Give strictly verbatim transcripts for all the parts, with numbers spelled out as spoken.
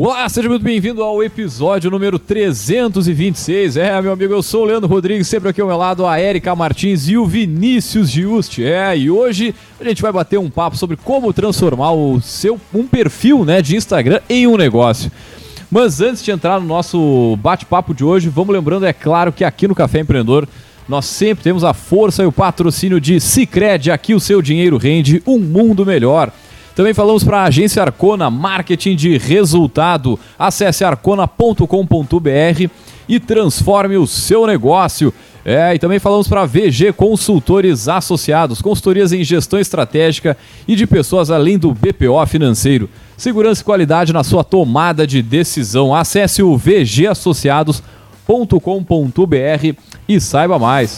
Olá, seja muito bem-vindo ao episódio número trezentos e vinte e seis. É, meu amigo, eu sou o Leandro Rodrigues, sempre aqui ao meu lado a Érica Martins e o Vinícius Giusti. É, e hoje a gente vai bater um papo sobre como transformar o seu, um perfil, né, de Instagram em um negócio. Mas antes de entrar no nosso bate-papo de hoje, vamos lembrando, é claro, que aqui no Café Empreendedor nós sempre temos a força e o patrocínio de Sicredi. Aqui o seu dinheiro rende um mundo melhor. Também falamos para a agência Arcona, marketing de resultado. Acesse arcona ponto com ponto b r e transforme o seu negócio. É, e também falamos para a V G Consultores Associados, consultorias em gestão estratégica e de pessoas além do B P O financeiro. Segurança e qualidade na sua tomada de decisão. Acesse o v g associados ponto com ponto b r e saiba mais.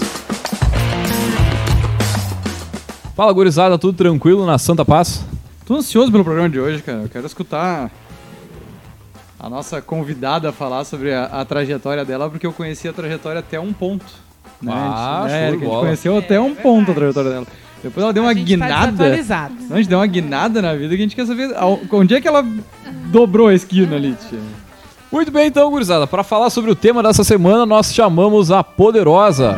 Fala, gurizada, tudo tranquilo na Santa Paz? Tô ansioso pelo programa de hoje, cara. Eu quero escutar a nossa convidada falar sobre a, a trajetória dela, porque eu conheci a trajetória até um ponto. Né? Ah, a gente, show é, de a gente bola. conheceu É, até um é ponto a verdade. trajetória dela. Depois ela deu uma a gente guinada. Tá desatualizado. Não, a gente deu uma guinada na vida que a gente quer saber ao- onde é que ela dobrou a esquina ali, tia. Muito bem, então, gurizada, para falar sobre o tema dessa semana, nós chamamos a Poderosa.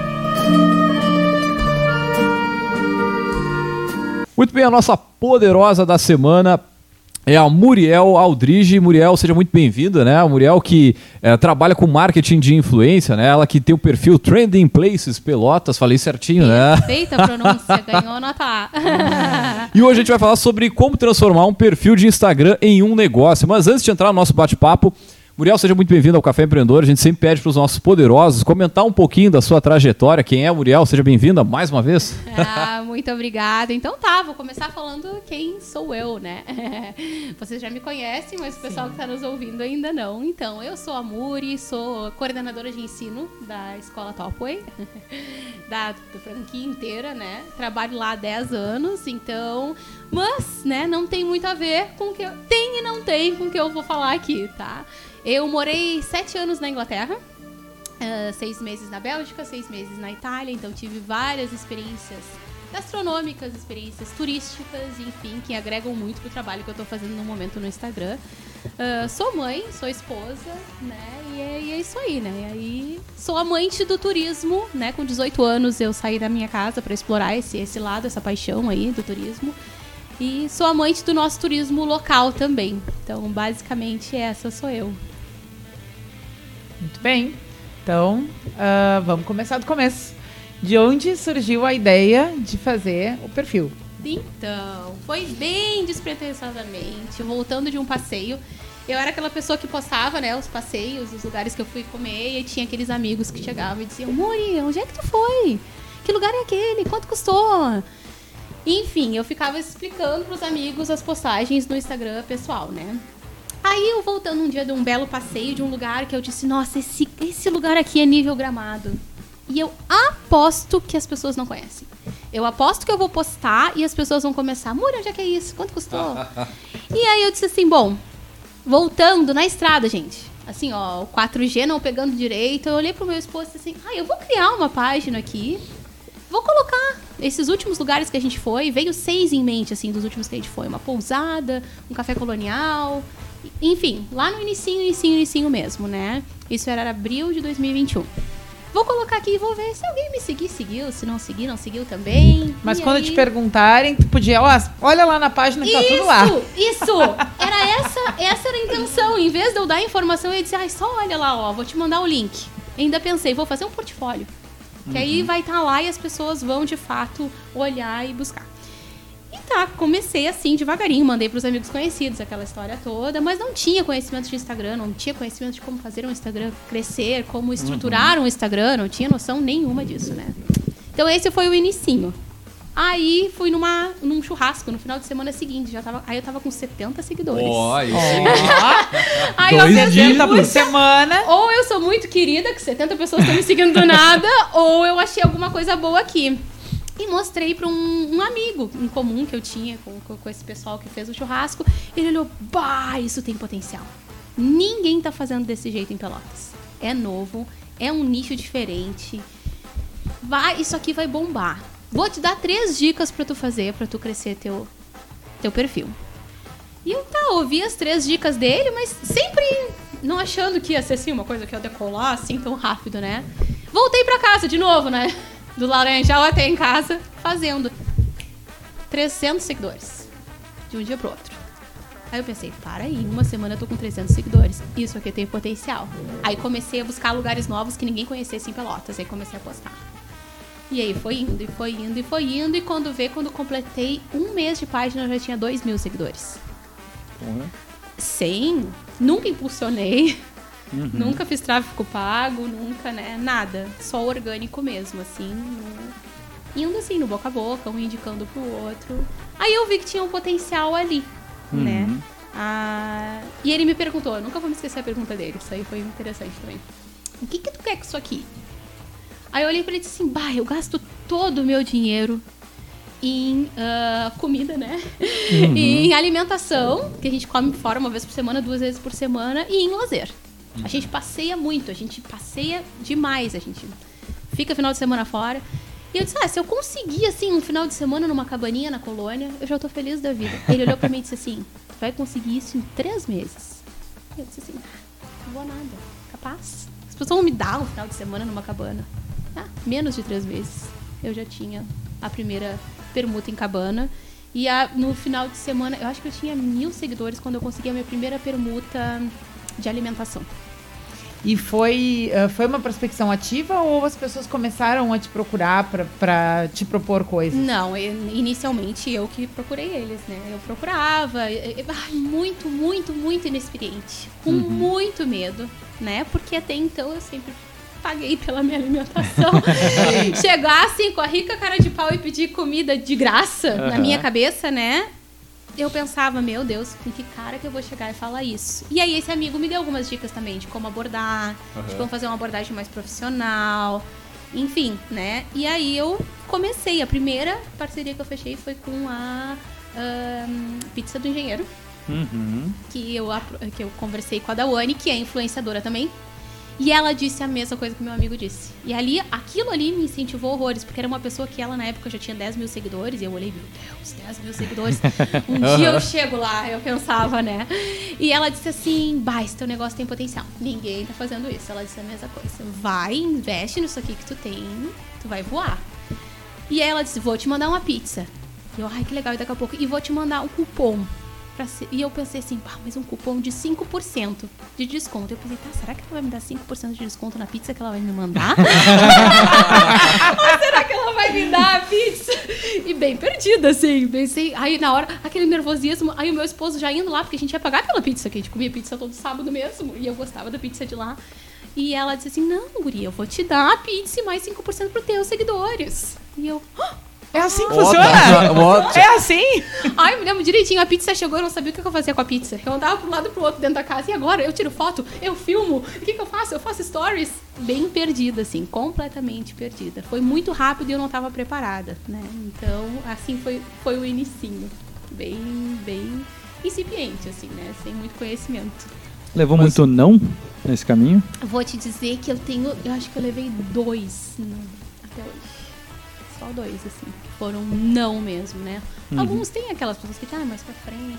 Muito bem, a nossa Poderosa da semana é a Muriel Aldrige. Muriel, seja muito bem-vinda, né? A Muriel que é, trabalha com marketing de influência, né? Ela que tem o perfil Trending Places Pelotas, falei certinho, né? Feita a pronúncia, ganhou nota A. E hoje a gente vai falar sobre como transformar um perfil de Instagram em um negócio. Mas antes de entrar no nosso bate-papo, Muriel, seja muito bem-vindo ao Café Empreendedor. A gente sempre pede para os nossos poderosos comentar um pouquinho da sua trajetória. Quem é a Muriel? Seja bem-vinda mais uma vez. Ah, muito obrigada. Então tá, vou começar falando quem sou eu, né? Vocês já me conhecem, mas o pessoal que está nos ouvindo ainda não. Então, eu sou a Muri, sou coordenadora de ensino da Escola Topway, da, da franquia inteira, né? Trabalho lá há dez anos, então... Mas, né, não tem muito a ver com o que eu... Tem e não tem com o que eu vou falar aqui, tá? Eu morei sete anos na Inglaterra, uh, seis meses na Bélgica, seis meses na Itália, então tive várias experiências gastronômicas, experiências turísticas, enfim, que agregam muito pro trabalho que eu tô fazendo no momento no Instagram. Uh, sou mãe, sou esposa, né, e é, e é isso aí, né, e aí sou amante do turismo, né, com dezoito anos eu saí da minha casa para explorar esse, esse lado, essa paixão aí do turismo. E sou amante do nosso turismo local também. Então, basicamente, essa sou eu. Muito bem. Então, ah, vamos começar do começo. De onde surgiu a ideia de fazer o perfil? Então, foi bem despretensiosamente, voltando de um passeio. Eu era aquela pessoa que postava, né, os passeios, os lugares que eu fui comer, e tinha aqueles amigos que chegavam e diziam: Muri, onde é que tu foi? Que lugar é aquele? Quanto custou? Enfim, eu ficava explicando pros amigos as postagens no Instagram pessoal, né? Aí eu voltando um dia de um belo passeio de um lugar que eu disse: nossa, esse, esse lugar aqui é nível Gramado. E eu aposto que as pessoas não conhecem. Eu aposto que eu vou postar e as pessoas vão começar: Muri, onde é que é isso? Quanto custou? E aí eu disse assim: bom, voltando na estrada, gente. Assim, ó, o quatro G não pegando direito. Eu olhei pro meu esposo e disse assim: ah, eu vou criar uma página aqui. Vou colocar esses últimos lugares que a gente foi. Veio seis em mente, assim, dos últimos que a gente foi. Uma pousada, um café colonial. Enfim, lá no inicinho, inicinho, inicinho mesmo, né? Isso era abril de dois mil e vinte e um. Vou colocar aqui e vou ver se alguém me seguir, seguiu. Se não seguir, não seguiu também. Mas E quando aí... te perguntarem, tu podia... Ó, olha lá na página que tá Isso, tudo lá. isso! Era essa, essa era a intenção. Em vez de eu dar a informação, eu ia dizer: ai, só olha lá, ó, vou te mandar o link. Ainda pensei, vou fazer um portfólio. Que aí vai estar lá e as pessoas vão, de fato, olhar e buscar. E tá, comecei assim, devagarinho. Mandei pros amigos conhecidos aquela história toda. Mas não tinha conhecimento de Instagram. Não tinha conhecimento de como fazer um Instagram crescer. Como estruturar um Instagram. Não tinha noção nenhuma disso, né? Então esse foi o inicinho. Aí fui numa, num churrasco no final de semana seguinte. Já tava, aí eu tava com setenta seguidores. Ó, isso. Aí Dois eu dias. setenta por semana. ou eu sou muito querida, que setenta pessoas estão me seguindo do nada, ou eu achei alguma coisa boa aqui. E mostrei para um, um amigo em comum que eu tinha com, com, com esse pessoal que fez o churrasco. Ele olhou: bah, isso tem potencial. Ninguém tá fazendo desse jeito em Pelotas. É novo, é um nicho diferente. Vai, isso aqui vai bombar. Vou te dar três dicas para tu fazer, para tu crescer teu, teu perfil. E eu tá, ouvi as três dicas dele, mas sempre não achando que ia ser assim, uma coisa que ia decolar assim tão rápido, né? Voltei pra casa de novo, né? Do Laranjal até em casa, fazendo trezentos seguidores. De um dia pro outro. Aí eu pensei, para aí, em uma semana eu tô com trezentos seguidores. Isso aqui tem potencial. Aí comecei a buscar lugares novos que ninguém conhecesse em Pelotas. Aí comecei a postar. E aí foi indo, e foi indo, e foi indo. E quando vê, quando completei um mês de página, eu já tinha dois mil seguidores. Uhum. Sem, nunca impulsionei. Uhum. Nunca fiz tráfego pago, nunca, né? Nada. Só orgânico mesmo, assim. No, indo assim, no boca a boca, um indicando pro outro. Aí eu vi que tinha um potencial ali. Uhum. Né? Ah, e ele me perguntou, eu nunca vou me esquecer a pergunta dele, isso aí foi interessante também. O que que tu quer com isso aqui? Aí eu olhei pra ele e disse assim, bah, eu gasto todo o meu dinheiro em uh, comida, né? Uhum. E em alimentação, que a gente come fora uma vez por semana, duas vezes por semana, e em lazer. Uhum. A gente passeia muito, a gente passeia demais, a gente fica final de semana fora. E eu disse, ah, se eu conseguir, assim, um final de semana numa cabaninha na colônia, eu já tô feliz da vida. Ele olhou pra mim e disse assim, tu vai conseguir isso em três meses. Eu disse assim, não vou nada, capaz. As pessoas vão me dar um final de semana numa cabana. Ah, menos de três meses. Eu já tinha a primeira permuta em cabana. E a, no final de semana, eu acho que eu tinha mil seguidores quando eu consegui a minha primeira permuta de alimentação. E foi, uh, foi uma prospecção ativa ou as pessoas começaram a te procurar para te propor coisas? Não, eu, inicialmente eu que procurei eles, né? Eu procurava, eu, eu, muito, muito, muito inexperiente, com uhum. muito medo, né? Porque até então eu sempre paguei pela minha alimentação. Chegar assim com a rica cara de pau e pedir comida de graça, uhum. na minha cabeça, né? Eu pensava, meu Deus, com que cara que eu vou chegar e falar isso? E aí esse amigo me deu algumas dicas também de como abordar, uhum. de como fazer uma abordagem mais profissional, enfim, né? E aí eu comecei, a primeira parceria que eu fechei foi com a um, Pizza do Engenheiro, uhum. que, eu, que eu conversei com a Dawane, que é influenciadora também. E ela disse a mesma coisa que meu amigo disse. E ali, aquilo ali me incentivou horrores, porque era uma pessoa que ela, na época, já tinha dez mil seguidores. E eu olhei, meu Deus, dez mil seguidores. Um dia eu chego lá, eu pensava, né? E ela disse assim, bah, esse teu negócio tem potencial. Ninguém tá fazendo isso. Ela disse a mesma coisa. Vai, investe nisso aqui que tu tem, tu vai voar. E aí ela disse, vou te mandar uma pizza. E eu, ai, que legal, e daqui a pouco, e vou te mandar um cupom. Ser, e eu pensei assim, pá, mas um cupom de cinco por cento de desconto. Eu pensei, tá, será que ela vai me dar cinco por cento de desconto na pizza que ela vai me mandar? Ou será que ela vai me dar a pizza? E bem perdida, assim, pensei, aí na hora, aquele nervosismo, aí o meu esposo já indo lá, porque a gente ia pagar pela pizza, que a gente comia pizza todo sábado mesmo, e eu gostava da pizza de lá. E ela disse assim, não, guria, eu vou te dar a pizza e mais cinco por cento para os teus seguidores. E eu... É assim que funciona? What? É assim? Ai, eu me lembro direitinho. A pizza chegou, eu não sabia o que eu fazia com a pizza. Eu andava pro lado e pro outro dentro da casa. E agora? Eu tiro foto? Eu filmo? O que que eu faço? Eu faço stories? Bem perdida, assim. Completamente perdida. Foi muito rápido e eu não estava preparada, né? Então, assim, foi, foi o inicinho. Bem, bem incipiente, assim, né? Sem muito conhecimento. Levou Mas... muito não nesse caminho? Vou te dizer que eu tenho... Eu acho que eu levei dois não, até hoje. Só dois, assim, que foram não mesmo, né? Uhum. Alguns têm aquelas pessoas que, ah, mais pra frente,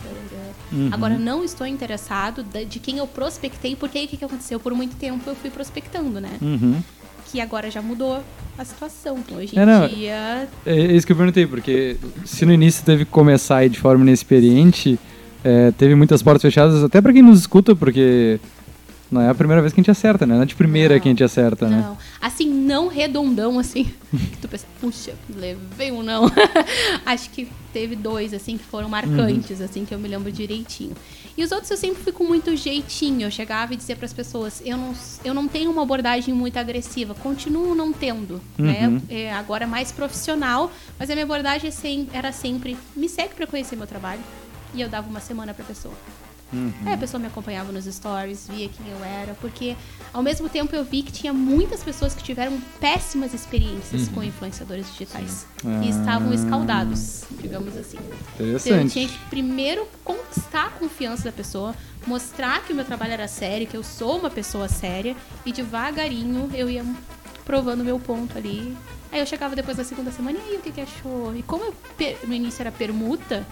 uhum. Agora, não estou interessado de quem eu prospectei, porque aí o que, que aconteceu? Por muito tempo eu fui prospectando, né? Uhum. Que agora já mudou a situação. Hoje em é, não, dia... É isso que eu perguntei, porque se no início teve que começar aí de forma inexperiente, é, teve muitas portas fechadas, até pra quem nos escuta, porque... Não é a primeira vez que a gente acerta, né? Não é de primeira não, que a gente acerta, não. né? Não. Assim, não redondão, assim. Que tu pensa, puxa, levei um não. Acho que teve dois, assim, que foram marcantes, uhum. assim, que eu me lembro direitinho. E os outros eu sempre fui com muito jeitinho. Eu chegava e dizia pras pessoas, eu não, eu não tenho uma abordagem muito agressiva. Continuo não tendo, uhum. né? É, agora mais profissional, mas a minha abordagem era sempre, me segue pra conhecer meu trabalho. E eu dava uma semana pra pessoa. Uhum. Aí a pessoa me acompanhava nos stories, via quem eu era, porque ao mesmo tempo eu vi que tinha muitas pessoas que tiveram péssimas experiências uhum. com influenciadores digitais ah. e estavam escaldados, digamos assim. Interessante. Então eu tinha que primeiro conquistar a confiança da pessoa, mostrar que o meu trabalho era sério, que eu sou uma pessoa séria, e devagarinho eu ia provando o meu ponto ali. Aí eu chegava depois da segunda semana, e aí, o que que achou? E como eu, no início era permuta,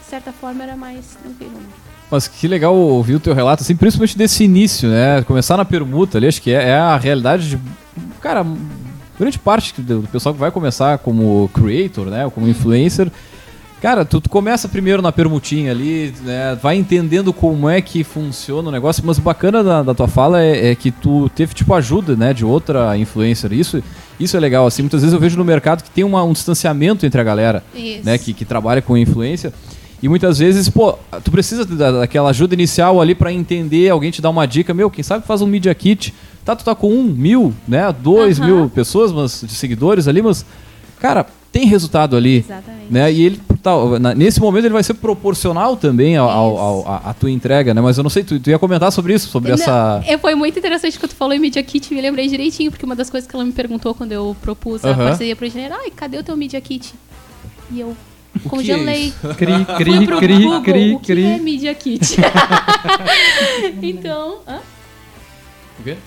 certa forma, era mais tranquilo. Né? Mas que legal ouvir o teu relato, assim, principalmente desse início, né? Começar na permuta ali, acho que é, é a realidade de... Cara, grande parte do pessoal que vai começar como creator, né? Ou como influencer... Cara, tu, tu começa primeiro na permutinha ali, né, vai entendendo como é que funciona o negócio, mas o bacana da, da tua fala é, é que tu teve, tipo, ajuda, né, de outra influencer. Isso, isso é legal, assim, muitas vezes eu vejo no mercado que tem uma, um distanciamento entre a galera, Isso. né, que, que trabalha com influência, e muitas vezes, pô, tu precisa da, daquela ajuda inicial ali pra entender, alguém te dá uma dica, meu, quem sabe faz um Media Kit, tá, tu tá com um, mil, né, dois Uhum. mil pessoas, mas, de seguidores ali, mas, cara... Tem resultado ali, Exatamente. né? E ele, tá, na, nesse momento ele vai ser proporcional também ao, ao, ao, a, a tua entrega, né? Mas eu não sei, tu, tu ia comentar sobre isso, sobre Não, essa... é, foi muito interessante que tu falou em Media Kit, me lembrei direitinho, porque uma das coisas que ela me perguntou quando eu propus a Aham. parceria pro engenheiro, ai, cadê o teu Media Kit? E eu O que é congelei. isso? Cri, Fui cri, pro cri, Google, cri, o que cri. é Media Kit? Então, hã? O quê?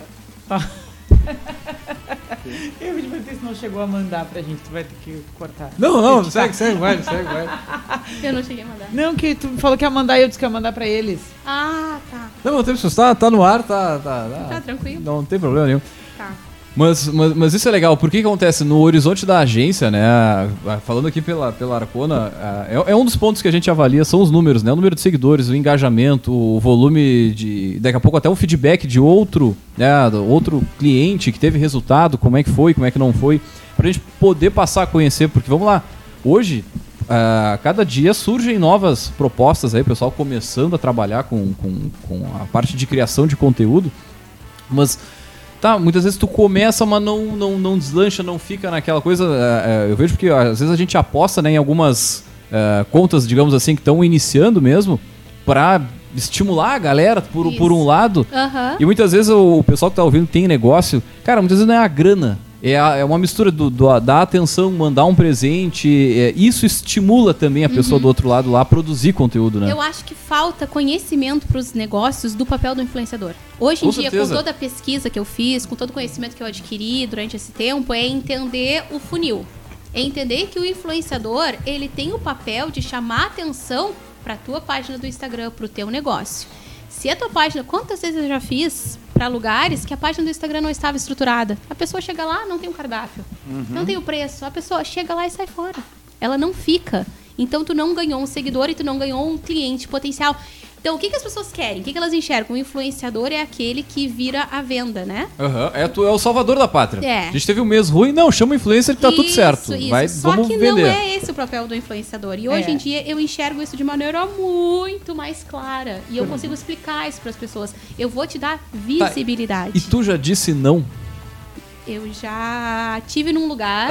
Eu me perguntei se não chegou a mandar pra gente, tu vai ter que cortar. Não, não, segue, segue, vai, segue, vai. Eu não cheguei a mandar. Não, que tu falou que ia mandar e eu disse que ia mandar pra eles. Ah, tá. Não, não tem problema, tá, tá no ar, tá... Tá, Tá tranquilo? Não tem problema nenhum. Tá. Mas, mas, mas isso é legal, porque que acontece? No horizonte da agência, né, falando aqui pela, pela Arcona, é, é um dos pontos que a gente avalia, são os números, né, o número de seguidores, o engajamento, o volume de, daqui a pouco até um feedback de outro, né, outro cliente que teve resultado, como é que foi, como é que não foi, pra gente poder passar a conhecer, porque vamos lá, hoje, a cada dia surgem novas propostas aí, o pessoal começando a trabalhar com, com, com a parte de criação de conteúdo, mas... Tá, muitas vezes tu começa, mas não, não, não deslancha, não fica naquela coisa. É, é, eu vejo porque às vezes a gente aposta, né, em algumas é, contas, digamos assim, que estão iniciando mesmo, pra estimular a galera por, por um lado. Aham. E muitas vezes o, o pessoal que tá ouvindo tem negócio, cara, muitas vezes não é a grana. É, a, é uma mistura do, do, da atenção, mandar um presente. É, isso estimula também a pessoa do outro lado lá a produzir conteúdo, né? Eu acho que falta conhecimento para os negócios do papel do influenciador. Hoje em Com dia, certeza. com toda a pesquisa que eu fiz, com todo o conhecimento que eu adquiri durante esse tempo, é entender o funil. É entender que o influenciador, ele tem o papel de chamar atenção para a tua página do Instagram, para o teu negócio. Se a tua página, quantas vezes eu já fiz para lugares que a página do Instagram não estava estruturada? A pessoa chega lá, não tem um cardápio, Uhum. não tem o preço, a pessoa chega lá e sai fora. Ela não fica. Então tu não ganhou um seguidor e tu não ganhou um cliente potencial. Então o que, que as pessoas querem? O que, que elas enxergam? O influenciador é aquele que vira a venda, né? Aham, é, tu, é o salvador da pátria. É. A gente teve um mês ruim, não, chama o influencer que tá tudo Isso, certo. isso. Vai, Só vamos que vender. não é esse o papel do influenciador. E hoje É. em dia eu enxergo isso de maneira muito mais clara. E eu consigo explicar isso para as pessoas. Eu vou te dar visibilidade. E tu já disse não? Eu já tive num lugar.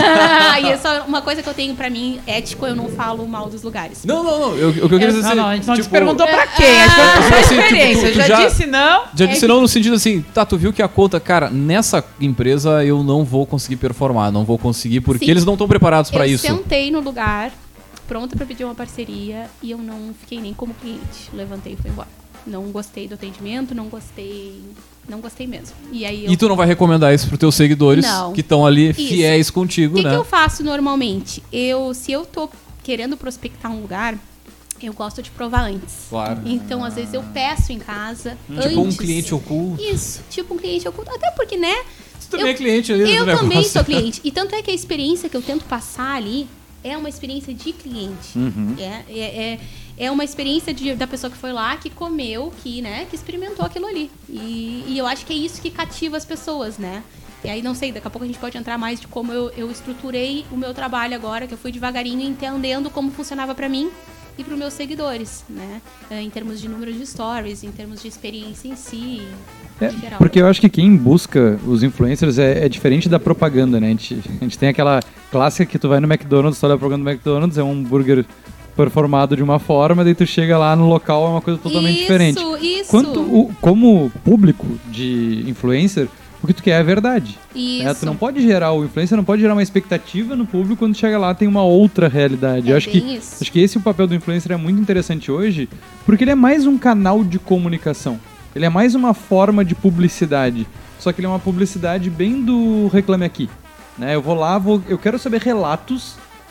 E isso é uma coisa que eu tenho pra mim, ético, eu não falo mal dos lugares. Não, não, não. Eu, o que eu queria dizer Não, assim, não, a gente não te tipo, perguntou pra quem. Acho que foi a Assim, tua tipo, experiência. tu- tu já, já- disse não? Já É disse que- não no sentido assim, tá, tu viu que a conta, cara, nessa empresa eu não vou conseguir performar, não vou conseguir, porque Sim. eles não estão preparados pra eu isso. sentei no lugar, pronta pra pedir uma parceria, e eu não fiquei nem como cliente. Levantei e fui embora. Não gostei do atendimento, não gostei. Não gostei mesmo. E aí eu. E tu não vai recomendar isso pros teus seguidores Não. que estão ali Isso. fiéis contigo, O que, né? que eu faço normalmente? Eu, se eu tô querendo prospectar um lugar, eu gosto de provar antes. Claro. Então, às vezes, eu peço em casa. Tipo um antes. cliente oculto. Isso, tipo um cliente oculto. Até porque, né? Tu também eu- é cliente ali do Eu negócio. também sou cliente. E tanto é que a experiência que eu tento passar ali é uma experiência de cliente. Uhum. É, é, é, é uma experiência de- da pessoa que foi lá, que comeu, que, né, que experimentou aquilo ali. E, e eu acho que é isso que cativa as pessoas, né? E aí, não sei, daqui a pouco a gente pode entrar mais de como eu, eu estruturei o meu trabalho agora, que eu fui devagarinho entendendo como funcionava pra mim e para os meus seguidores, né? Eh, Em termos de número de stories, em termos de experiência em si, É, em geral. porque eu acho que quem busca os influencers é, é diferente da propaganda, né? A gente, a gente tem aquela clássica que tu vai no McDonald's, tu olha a propaganda do McDonald's, é um hambúrguer performado de uma forma, daí tu chega lá no local, é uma coisa totalmente isso, diferente. Isso, Quanto o, como público de influencer, o que tu quer é a verdade. isso. Né? Tu não pode gerar, o influencer não pode gerar uma expectativa no público quando chega lá tem uma outra realidade. É Eu acho que, bem isso. acho que esse o papel do influencer é muito interessante hoje, porque ele é mais um canal de comunicação. Ele é mais uma forma de publicidade. Só que ele é uma publicidade bem do Reclame Aqui. Né? Eu vou lá, vou, eu quero saber relatos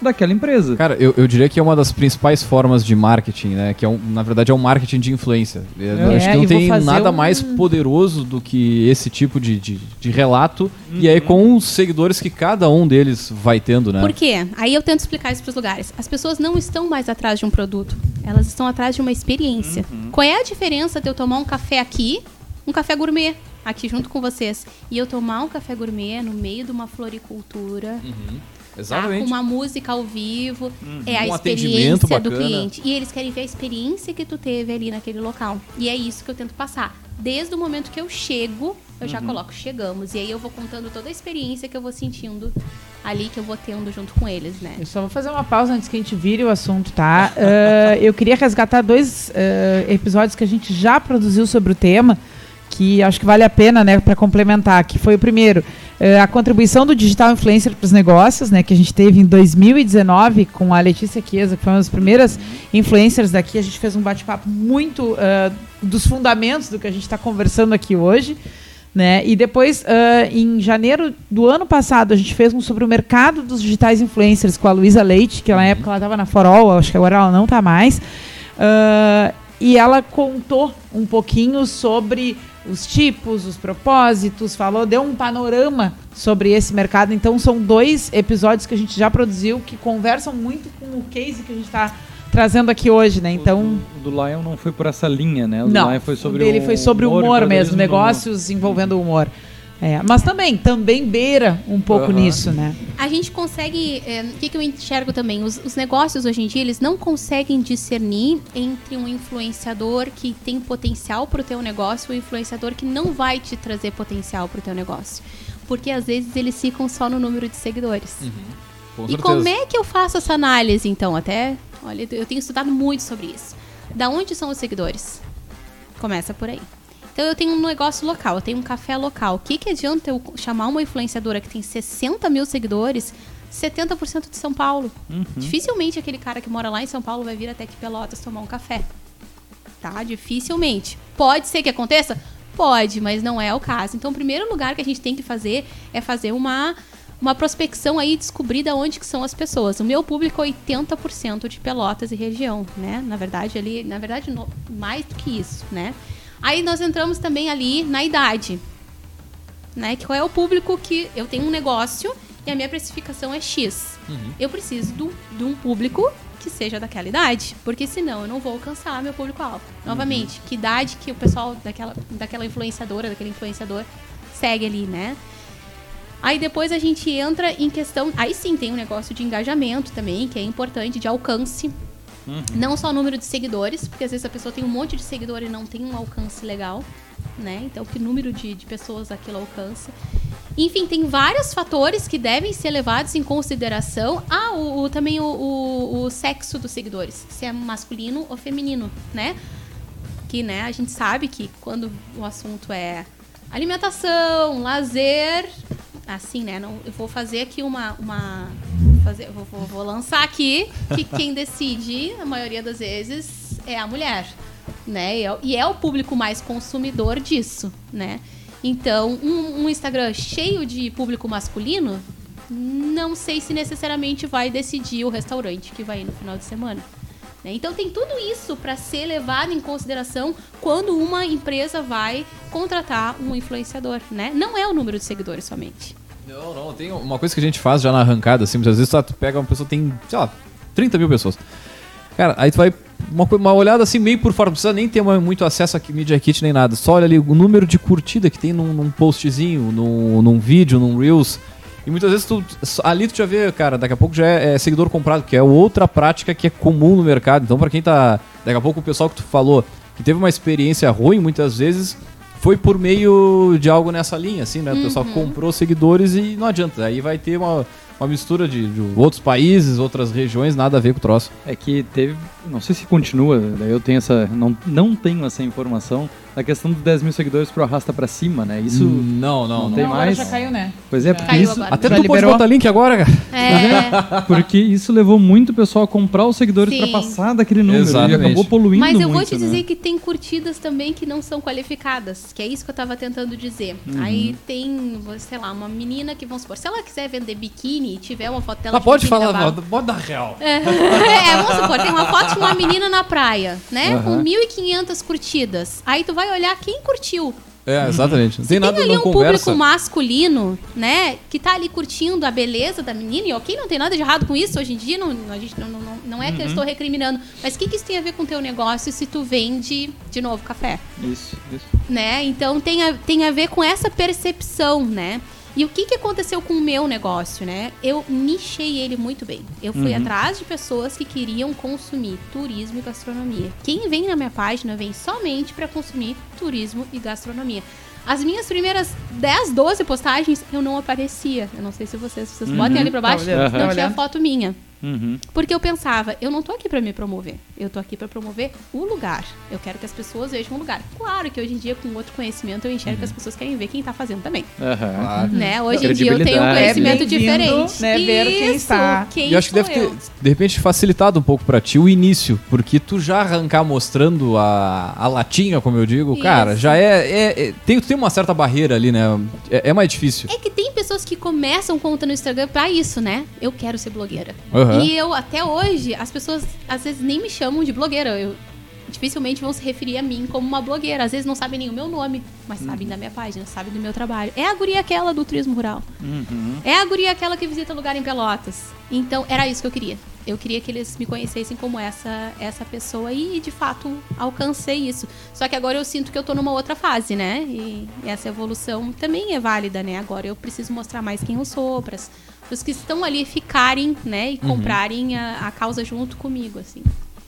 daquela empresa. Cara, eu, eu diria que é uma das principais formas de marketing, né? Que é um, na verdade é um marketing de influência. Eu É, acho que não eu vou tem fazer nada um- mais poderoso do que esse tipo de, de, de relato. E aí com os seguidores que cada um deles vai tendo, né? Por quê? Aí eu tento explicar isso para os lugares. As pessoas não estão mais atrás de um produto, elas estão atrás de uma experiência. Qual é a diferença de eu tomar um café aqui, um café gourmet, aqui junto com vocês, e eu tomar um café gourmet no meio de uma floricultura, Uhum. tá? Exatamente. Com uma música ao vivo, é a Um atendimento experiência do bacana. cliente. E eles querem ver a experiência que tu teve ali naquele local. E é isso que eu tento passar. Desde o momento que eu chego, eu já coloco chegamos. E aí eu vou contando toda a experiência que eu vou sentindo ali, que eu vou tendo junto com eles, né? Eu só vou fazer uma pausa antes que a gente vire o assunto, tá? Ah, eu queria resgatar dois ah, episódios que a gente já produziu sobre o tema, que acho que vale a pena, né, para complementar, que foi o primeiro, eh, a contribuição do Digital Influencer para os negócios, né, que a gente teve em dois mil e dezenove com a Letícia Chiesa, que foi uma das primeiras influencers daqui. A gente fez um bate-papo muito ah, dos fundamentos do que a gente está conversando aqui hoje, né? E depois, ah, em janeiro do ano passado, a gente fez um sobre o mercado dos digitais influencers com a Luísa Leite, que na época ela estava na Forol, acho que agora ela não está mais. Ah, e ela contou um pouquinho sobre os tipos, os propósitos, falou, deu um panorama sobre esse mercado. Então são dois episódios que a gente já produziu que conversam muito com o case que a gente está trazendo aqui hoje, né? Então, O do, o do Lion não foi por essa linha, né? O do não, Lion foi sobre o dele o foi sobre o humor, humor, mesmo, empreendedorismo do humor. negócios envolvendo o humor. É, mas também, também beira um pouco Aham. nisso, né? A gente consegue, é, o que, que eu enxergo também? Os, os negócios hoje em dia, eles não conseguem discernir entre um influenciador que tem potencial para o teu negócio e um influenciador que não vai te trazer potencial para o teu negócio. Porque às vezes eles ficam só no número de seguidores. Com E certeza. como é que eu faço essa análise, então? Até, olha, eu tenho estudado muito sobre isso. Da onde são os seguidores? Começa por aí. Então eu tenho um negócio local, eu tenho um café local. O que, que adianta eu chamar uma influenciadora que tem sessenta mil seguidores, setenta por cento de São Paulo? Dificilmente aquele cara que mora lá em São Paulo vai vir até aqui Pelotas tomar um café. Tá? Dificilmente. Pode ser que aconteça? Pode, mas não é o caso. Então o primeiro lugar que a gente tem que fazer é fazer uma, uma prospecção aí, descobrir de onde que são as pessoas. O meu público é oitenta por cento de Pelotas e região, né? Na verdade, ali, na verdade, no, mais do que isso, né? Aí nós entramos também ali na idade, né? Que qual é o público que eu tenho um negócio e a minha precificação é X. Eu preciso do, de um público que seja daquela idade, porque senão eu não vou alcançar meu público-alvo. Novamente, que idade que o pessoal daquela, daquela influenciadora, daquele influenciador segue ali, né? Aí depois a gente entra em questão... Aí sim tem um negócio de engajamento também, que é importante, de alcance. Não só o número de seguidores, porque às vezes a pessoa tem um monte de seguidor e não tem um alcance legal, né? Então, que número de, de pessoas aquilo alcança. Enfim, tem vários fatores que devem ser levados em consideração. Ah, o, o- também o, o, o sexo dos seguidores, se é masculino ou feminino, né? Que, né, a gente sabe que quando o assunto é alimentação, lazer, assim, né? Não, eu vou fazer aqui uma... uma fazer, vou, vou, vou lançar aqui que quem decide, a maioria das vezes, é a mulher, né? E é, e é o público mais consumidor disso, né? Então, um, um Instagram cheio de público masculino, não sei se necessariamente vai decidir o restaurante que vai ir no final de semana. Né? Então, tem tudo isso para ser levado em consideração quando uma empresa vai contratar um influenciador, né? Não é o número de seguidores somente. Não, não, tem uma coisa que a gente faz já na arrancada, assim, muitas vezes tu pega uma pessoa que tem, sei lá, trinta mil pessoas. Cara, aí tu vai, uma, uma olhada assim meio por fora, não precisa nem ter uma, muito acesso a Media Kit nem nada, só olha ali o número de curtida que tem num, num postzinho, num, num vídeo, num Reels, e muitas vezes tu, ali tu já vê, cara, daqui a pouco já é, é seguidor comprado, que é outra prática que é comum no mercado. Então pra quem tá, daqui a pouco o pessoal que tu falou, que teve uma experiência ruim muitas vezes, foi por meio de algo nessa linha, assim, né? O pessoal comprou seguidores e não adianta. Aí vai ter uma, uma mistura de, de outros países, outras regiões, nada a ver com o troço. É que teve, não sei se continua, daí eu tenho essa, não, não tenho essa informação, da questão dos dez mil seguidores pro arrasta pra cima, né? Isso Não, não, não não. tem Não, agora mais. já caiu, né? Pois é, Já. porque Caiu isso, agora. Até Já tu pode liberou? botar link agora, cara. É, porque isso levou muito o pessoal a comprar os seguidores Sim. pra passar daquele número Exatamente. e acabou poluindo mas eu muito, vou te dizer né? que tem curtidas também que não são qualificadas, que é isso que eu tava tentando dizer. Uhum. Aí tem, sei lá, uma menina que, vamos supor, se ela quiser vender biquíni e tiver uma foto dela Ela de pode biquíni falar, da barra- pode dar real. É, vamos supor, tem uma foto de uma menina na praia, né? Com Aham. mil e quinhentas curtidas. Aí tu vai olhar quem curtiu. É, exatamente. Não tem Tem nada, ali não um conversa. público masculino, né? Que tá ali curtindo a beleza da menina. E ok, não tem nada de errado com isso. Hoje em dia, não, a gente não, não, não é que eu estou recriminando. Mas o que, que isso tem a ver com o teu negócio se tu vende, de novo, café? Isso, isso. Né? Então tem a, tem a ver com essa percepção, né? E o que, que aconteceu com o meu negócio, né? Eu nichei ele muito bem. Eu fui Uhum. atrás de pessoas que queriam consumir turismo e gastronomia. Quem vem na minha página vem somente para consumir turismo e gastronomia. As minhas primeiras dez, doze postagens eu não aparecia. Eu não sei se vocês, vocês Uhum. botem ali pra baixo, Tá olhando, tá não tinha olhando. foto minha. Uhum. Porque eu pensava, eu não tô aqui pra me promover. Eu tô aqui pra promover o lugar. Eu quero que as pessoas vejam o lugar. Claro que hoje em dia, com outro conhecimento, eu enxergo que as pessoas querem ver quem tá fazendo também. Aham. Claro. Né? Hoje em dia eu tenho um Credibilidade. conhecimento É bem-vindo, diferente. né, ver quem Isso, está. quem E eu acho que sou deve ter, eu. de repente, facilitado um pouco pra ti o início, porque tu já arrancar mostrando a, a latinha, como eu digo, Isso. cara, já é, é, é- tem, tem uma certa barreira ali, né? É, é mais difícil. É que tem pessoas que começam conta no Instagram pra isso, né? Eu quero ser blogueira. Aham. E eu, até hoje, as pessoas às vezes nem me chamam de blogueira. Eu dificilmente vão se referir a mim como uma blogueira. Às vezes não sabem nem o meu nome, mas sabem da minha página, sabem do meu trabalho. É a guria aquela do turismo rural. Uhum. É a guria aquela que visita lugar em Pelotas. Então, era isso que eu queria. Eu queria que eles me conhecessem como essa, essa pessoa e, de fato, alcancei isso. Só que agora eu sinto que eu tô numa outra fase, né? E essa evolução também é válida, né? Agora eu preciso mostrar mais quem eu sou, para os que estão ali ficarem, né? E comprarem a, a causa junto comigo, assim.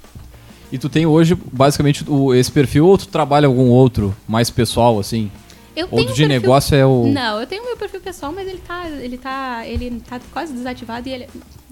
E tu tem hoje, basicamente, o, esse perfil ou tu trabalha algum outro mais pessoal, assim? Eu Ou tenho do um de perfil- negócio é o... Não, eu tenho meu perfil pessoal, mas ele tá, ele tá, ele tá quase desativado e ele,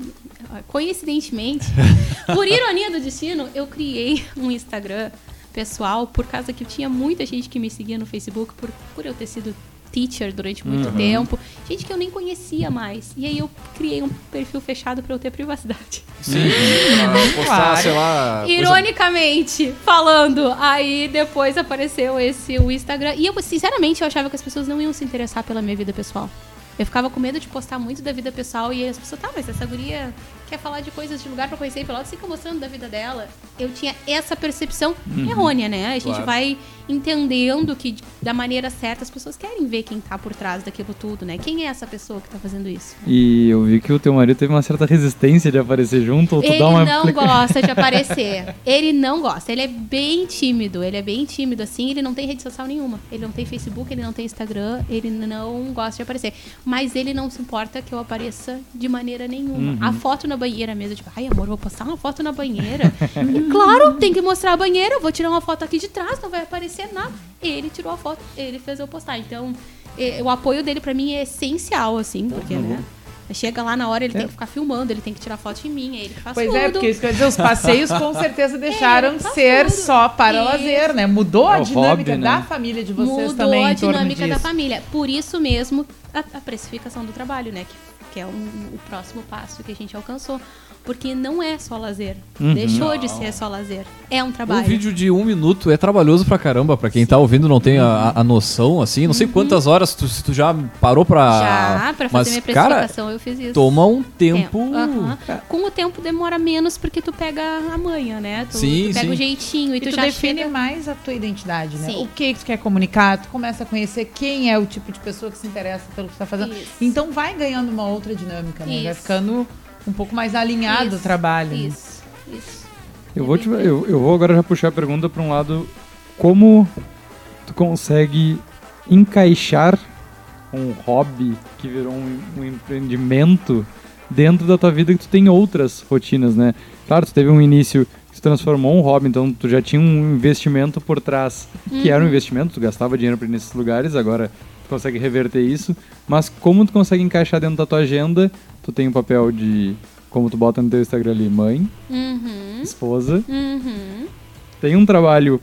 coincidentemente, por ironia do destino, eu criei um Instagram pessoal por causa que tinha muita gente que me seguia no Facebook por, por eu ter sido teacher durante muito Uhum. tempo, gente que eu nem conhecia mais. E aí eu criei um perfil fechado para eu ter privacidade. Sim, pra postar, Claro. sei lá... coisa- Ironicamente falando, aí depois apareceu esse o Instagram. E eu, sinceramente, eu achava que as pessoas não iam se interessar pela minha vida pessoal. Eu ficava com medo de postar muito da vida pessoal e as pessoas, tá, mas essa guria quer falar de coisas de lugar pra conhecer e Pelotas, fica mostrando da vida dela. Eu tinha essa percepção errônea, né? A gente Claro. vai entendendo que da maneira certa as pessoas querem ver quem tá por trás daquilo tudo, né? Quem é essa pessoa que tá fazendo isso? E eu vi que o teu marido teve uma certa resistência de aparecer junto, ou tu Ele dá uma... não explica- gosta de aparecer. Ele não gosta. Ele é bem tímido. Ele é bem tímido, assim. Ele não tem rede social nenhuma. Ele não tem Facebook, ele não tem Instagram. Ele não gosta de aparecer. Mas ele não se importa que eu apareça de maneira nenhuma. Uhum. A foto na banheira mesmo. Tipo, ai, amor, vou postar uma foto na banheira. Claro, tem que mostrar a banheira. Eu vou tirar uma foto aqui de trás, não vai aparecer nada. Ele tirou a foto, ele fez eu postar. Então, eh, o apoio dele pra mim é essencial, assim. Porque, né? Chega lá na hora, ele tem que ficar filmando, ele tem que tirar foto de mim, é ele que faz Pois tudo. é, porque isso quer dizer, os passeios com certeza deixaram É, de faz ser tudo. só para Isso. lazer, né? Mudou a É o dinâmica hobby, da né? família de vocês Mudou também a em torno dinâmica da disso. família. Por isso mesmo, a, a precificação do trabalho, né? Que, que é um- o próximo passo que a gente alcançou. Porque não é só lazer. Uhum. Deixou de ser só lazer. É um trabalho. Um vídeo de um minuto é trabalhoso pra caramba, pra quem tá ouvindo não tem a, a noção, assim. Não sei quantas horas tu, se tu já parou pra... Já, pra fazer Mas, minha cara, precificação, eu fiz isso. toma um tempo... É, aham. Com o tempo demora menos porque tu pega a manha, né? Tu, Sim, tu pega sim. o jeitinho e, E tu, tu já define chega... mais a tua identidade, né? Sim. O que que tu quer comunicar, tu começa a conhecer quem é o tipo de pessoa que se interessa pelo que tu tá fazendo. Isso. Então vai ganhando uma outra dinâmica, né? Vai Isso. ficando um pouco mais alinhado Isso, o trabalho. né? Isso, isso. Eu É vou, bem te, por aí. eu, eu vou agora já puxar a pergunta para um lado. Como tu consegue encaixar um hobby que virou um, um empreendimento dentro da tua vida que tu tem outras rotinas, né? Claro, tu teve um início que se transformou em um hobby, então tu já tinha um investimento por trás, que era um investimento, tu gastava dinheiro para ir nesses lugares, agora tu consegue reverter isso, mas como tu consegue encaixar dentro da tua agenda, tu tem um papel de, como tu bota no teu Instagram ali, mãe, Uhum, esposa, uhum. tem um trabalho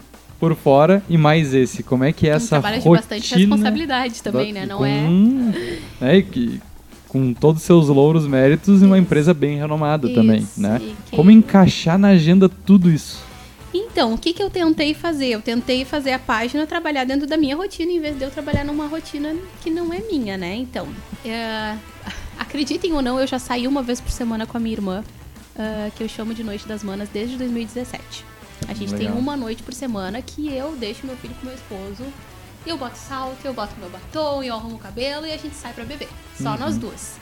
por fora e mais esse. Como é que é Um essa trabalho de rotina? bastante responsabilidade também, da- né? Não com, é... né, que, com todos os seus louros, méritos e uma empresa bem renomada Isso, também, né? e que- Como encaixar na agenda tudo isso? Então, o que, que eu tentei fazer? Eu tentei fazer a página trabalhar dentro da minha rotina, em vez de eu trabalhar numa rotina que não é minha, né? Então, é, acreditem ou não, eu já saí uma vez por semana com a minha irmã, é, que eu chamo de Noite das Manas, desde dois mil e dezessete. A gente Legal. tem uma noite por semana que eu deixo meu filho com meu esposo, eu boto salto, eu boto meu batom, eu arrumo o cabelo e a gente sai pra beber. Só Uhum. nós duas.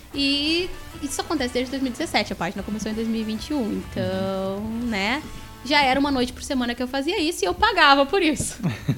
E isso acontece desde dois mil e dezessete, a página começou em dois mil e vinte e um, então, né... Já era uma noite por semana que eu fazia isso e eu pagava por isso.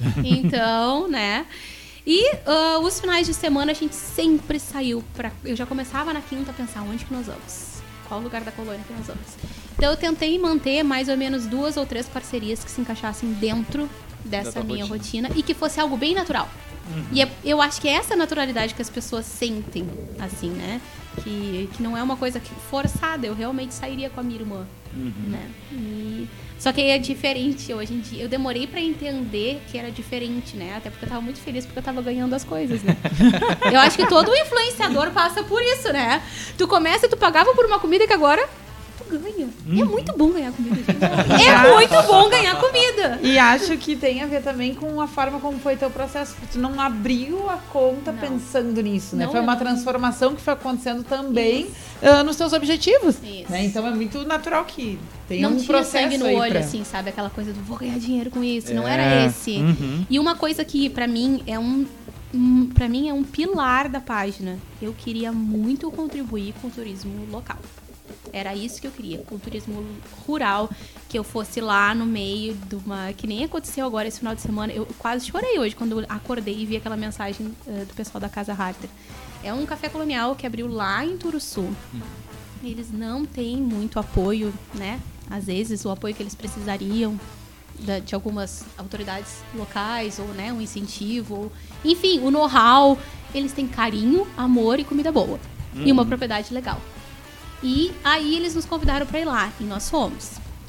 Então, né? E uh, os finais de semana a gente sempre saiu pra... Eu já começava na quinta a pensar onde que nós vamos. Qual o lugar da colônia que nós vamos. Então eu tentei manter mais ou menos duas ou três parcerias que se encaixassem dentro dessa Da minha rotina. rotina. E que fosse algo bem natural. E é- eu acho que é essa naturalidade que as pessoas sentem, assim, né? Que, que não é uma coisa que- forçada. Eu realmente sairia com a minha irmã, né? E- Só que aí é diferente hoje em dia. Eu demorei pra entender que era diferente, né? Até porque eu tava muito feliz porque eu tava ganhando as coisas, né? Eu acho que todo influenciador passa por isso, né? Tu começa e tu pagava por uma comida que agora tu ganha. E é muito bom ganhar comida, gente. É muito bom ganhar comida. E acho que tem a ver também com a forma como foi teu processo. Porque tu não abriu a conta Não. pensando nisso, né? Não, foi uma não. transformação que foi acontecendo também ah, nos teus objetivos. Isso. Né? Então é muito natural que tenha Não um tinha processo sangue no aí olho, pra... assim, sabe? Aquela coisa do vou ganhar dinheiro com isso. Não É. era esse. Uhum. E uma coisa que pra mim é um, um para mim é um pilar da página. Eu queria muito contribuir com o turismo local. Era isso que eu queria, com o turismo rural, que eu fosse lá no meio de uma... Que nem aconteceu agora esse final de semana. Eu quase chorei hoje quando eu acordei e vi aquela mensagem uh, do pessoal da Casa Harter. É um café colonial que abriu lá em Turuçu. Eles não têm muito apoio, né? Às vezes o apoio que eles precisariam da- de algumas autoridades locais, ou né, um incentivo, ou, enfim, o know-how. Eles têm carinho, amor e comida boa. E uma propriedade legal. E aí eles nos convidaram pra ir lá, e nós fomos.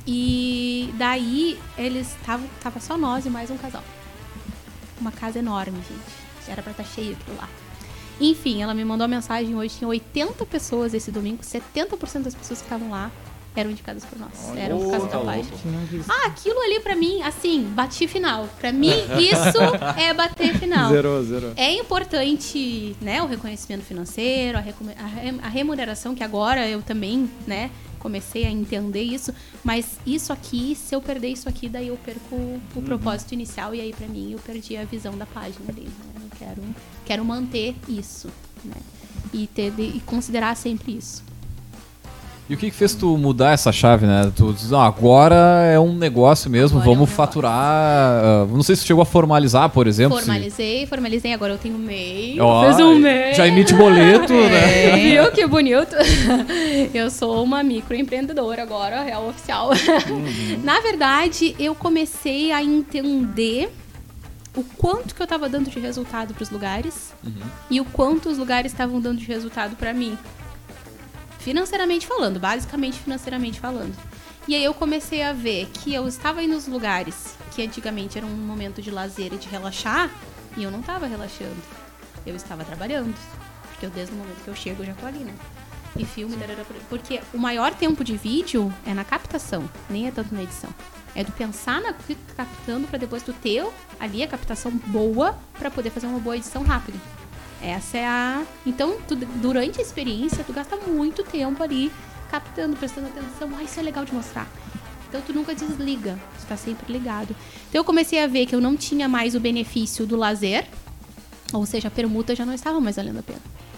E daí eles estavam, tava só nós e mais um casal. Uma casa enorme, gente. Era pra estar cheio aquilo lá. Enfim, ela me mandou uma mensagem hoje, tinha oitenta pessoas esse domingo, setenta por cento das pessoas que estavam lá eram indicadas por nós. Eram por causa da página. Ah, aquilo ali pra mim, assim, bati final. Pra mim, isso é bater final. Zerou, zerou. É importante, né, o reconhecimento financeiro, a, recome- a re- a remuneração, que agora eu também, né, comecei a entender isso, mas isso aqui, se eu perder isso aqui, daí eu perco o propósito inicial, e aí pra mim eu perdi a visão da página ali, né? Eu quero, quero manter isso, né, e, ter, e considerar sempre isso. E o que, que fez tu mudar essa chave, né? Tu diz, não, agora é um negócio mesmo, Agora é um vamos negócio. faturar. ah, não sei se chegou a formalizar, por exemplo. se- Formalizei, formalizei, agora eu tenho M E I. Ó, Fiz um M E I. já emite boleto, né? Viu que bonito? Eu sou uma microempreendedora agora, real oficial. Na verdade, eu comecei a entender o quanto que eu estava dando de resultado para os lugares e o quanto os lugares estavam dando de resultado para mim. Financeiramente falando, basicamente financeiramente falando. E aí eu comecei a ver que eu estava indo nos lugares que antigamente era um momento de lazer e de relaxar, e eu não estava relaxando. Eu estava trabalhando. Porque eu, desde o momento que eu chego, eu já tô ali, né? E filme, tarará, porque o maior tempo de vídeo é na captação, nem é tanto na edição. É do pensar na que tu tá captando pra depois tu ter ali a captação boa pra poder fazer uma boa edição rápida. Essa é a... Então, tu, durante a experiência, tu gasta muito tempo ali captando, prestando atenção. Ah, isso é legal de mostrar. Então, tu nunca desliga. Tu tá sempre ligado. Então, eu comecei a ver que eu não tinha mais o benefício do lazer. Ou seja, a permuta já não estava mais valendo a pena.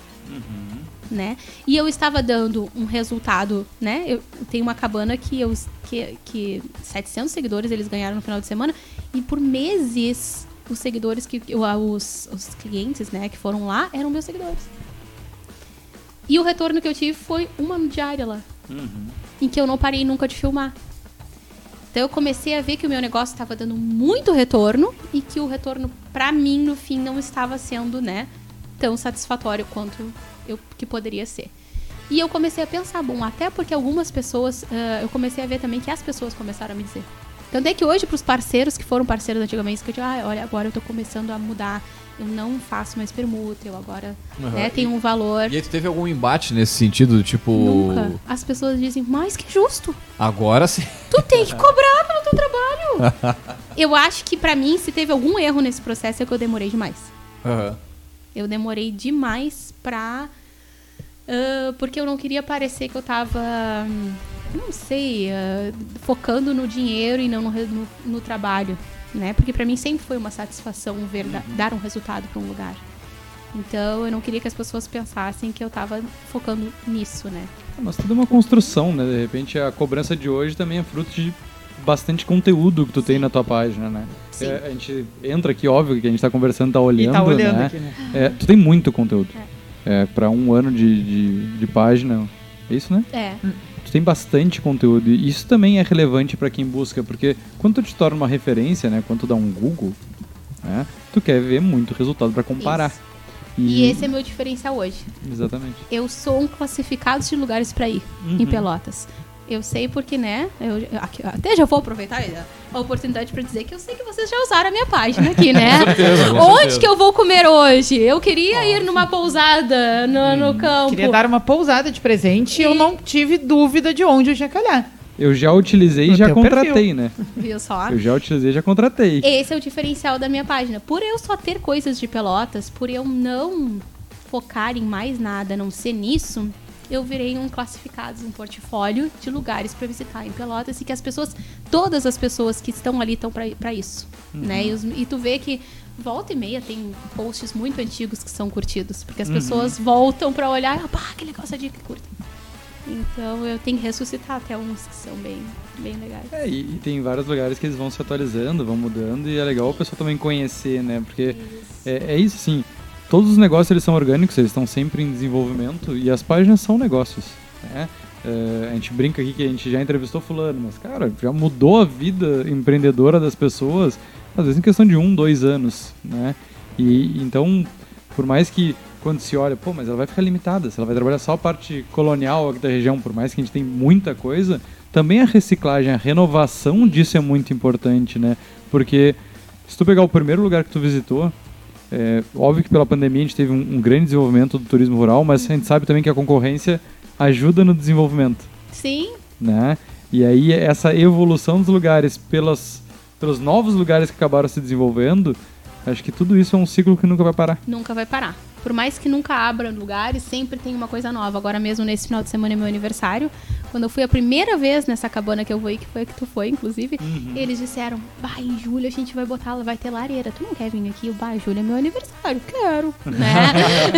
Né? E eu estava dando um resultado, né? Eu tenho uma cabana que, eu, que, que setecentos seguidores eles ganharam no final de semana. E por meses... Os seguidores, que os, os clientes, né, que foram lá, eram meus seguidores. E o retorno que eu tive foi uma diária lá. Uhum. Em que eu não parei nunca de filmar. Então eu comecei a ver que o meu negócio estava dando muito retorno e que o retorno, pra mim, no fim, não estava sendo, né, tão satisfatório quanto eu, que poderia ser. E eu comecei a pensar, bom, até porque algumas pessoas... Uh, eu comecei a ver também que as pessoas começaram a me dizer. Tanto é que hoje, pros parceiros que foram parceiros antigamente, que eu digo, ah, olha, agora eu tô começando a mudar, eu não faço mais permuta, eu agora uhum. né, tenho um valor. E aí tu teve algum embate nesse sentido, tipo... Nunca. As pessoas dizem, mas que justo. Agora sim. Tu tem que cobrar pelo teu trabalho. Eu acho que pra mim, se teve algum erro nesse processo, é que eu demorei demais. Uhum. Eu demorei demais pra... Uh, porque eu não queria parecer que eu tava, não sei, uh, focando no dinheiro e não no, no, no trabalho, né? Porque pra mim sempre foi uma satisfação ver, uhum. dar um resultado pra um lugar. Então eu não queria que as pessoas pensassem que eu tava focando nisso, né? Mas tudo é uma construção, né? De repente a cobrança de hoje também é fruto de bastante conteúdo que tu tem na tua página, né? É, a gente entra aqui, óbvio que a gente tá conversando, tá olhando, e tá olhando né? Aqui, né? É, tu tem muito conteúdo. É. É, para um ano de, de, de página, é isso, né? É. Tu tem bastante conteúdo e isso também é relevante para quem busca, porque quando tu te torna uma referência, né? Quando tu dá um Google, né? Tu quer ver muito resultado para comparar. E... e esse é meu diferencial hoje. Exatamente. Eu sou um classificado de lugares para ir uhum. em Pelotas. Eu sei porque, né? Eu, eu, até já vou aproveitar a oportunidade para dizer que eu sei que vocês já usaram a minha página aqui, né? Com certeza, com Onde certeza. que eu vou comer hoje? Eu queria ir numa pousada no, hum. no campo. Queria dar uma pousada de presente e eu não tive dúvida de onde eu tinha que olhar. Eu já utilizei e já contratei, perfil. Né? Viu só? Eu já utilizei e já contratei. Esse é o diferencial da minha página. Por eu só ter coisas de Pelotas, por eu não focar em mais nada, a não ser nisso... eu virei um classificados, um portfólio de lugares para visitar em Pelotas e que as pessoas, todas as pessoas que estão ali estão para isso, uhum. né? E, os, e tu vê que volta e meia tem posts muito antigos que são curtidos, porque as uhum. pessoas voltam para olhar e, pá, que legal essa dica, curta. Então eu tenho que ressuscitar até uns que são bem, bem legais. É, e, e tem vários lugares que eles vão se atualizando, vão mudando e é legal o pessoal também conhecer, né? Porque isso. É, é isso, sim. Todos os negócios eles são orgânicos, eles estão sempre em desenvolvimento e as páginas são negócios, né? Uh, a gente brinca aqui que a gente já entrevistou fulano, mas cara, já mudou a vida empreendedora das pessoas, às vezes em questão de um, dois anos, né? E então, por mais que quando se olha, pô, mas ela vai ficar limitada, se ela vai trabalhar só a parte colonial aqui da região, por mais que a gente tem muita coisa, também a reciclagem, a renovação disso é muito importante, né? Porque se tu pegar o primeiro lugar que tu visitou, é óbvio que pela pandemia a gente teve um, um grande desenvolvimento do turismo rural, mas a gente sabe também que a concorrência ajuda no desenvolvimento. Sim. Né? E aí essa evolução dos lugares pelas, pelos novos lugares que acabaram se desenvolvendo, acho que tudo isso é um ciclo que nunca vai parar. Nunca vai parar. Por mais que nunca abra lugares, sempre tem uma coisa nova. Agora mesmo, nesse final de semana é meu aniversário. Quando eu fui a primeira vez nessa cabana que eu fui, que foi a que tu foi, inclusive, uhum. eles disseram, bah, em julho a gente vai botar, vai ter lareira. Tu não quer vir aqui? Bah, julho é meu aniversário. Quero, né?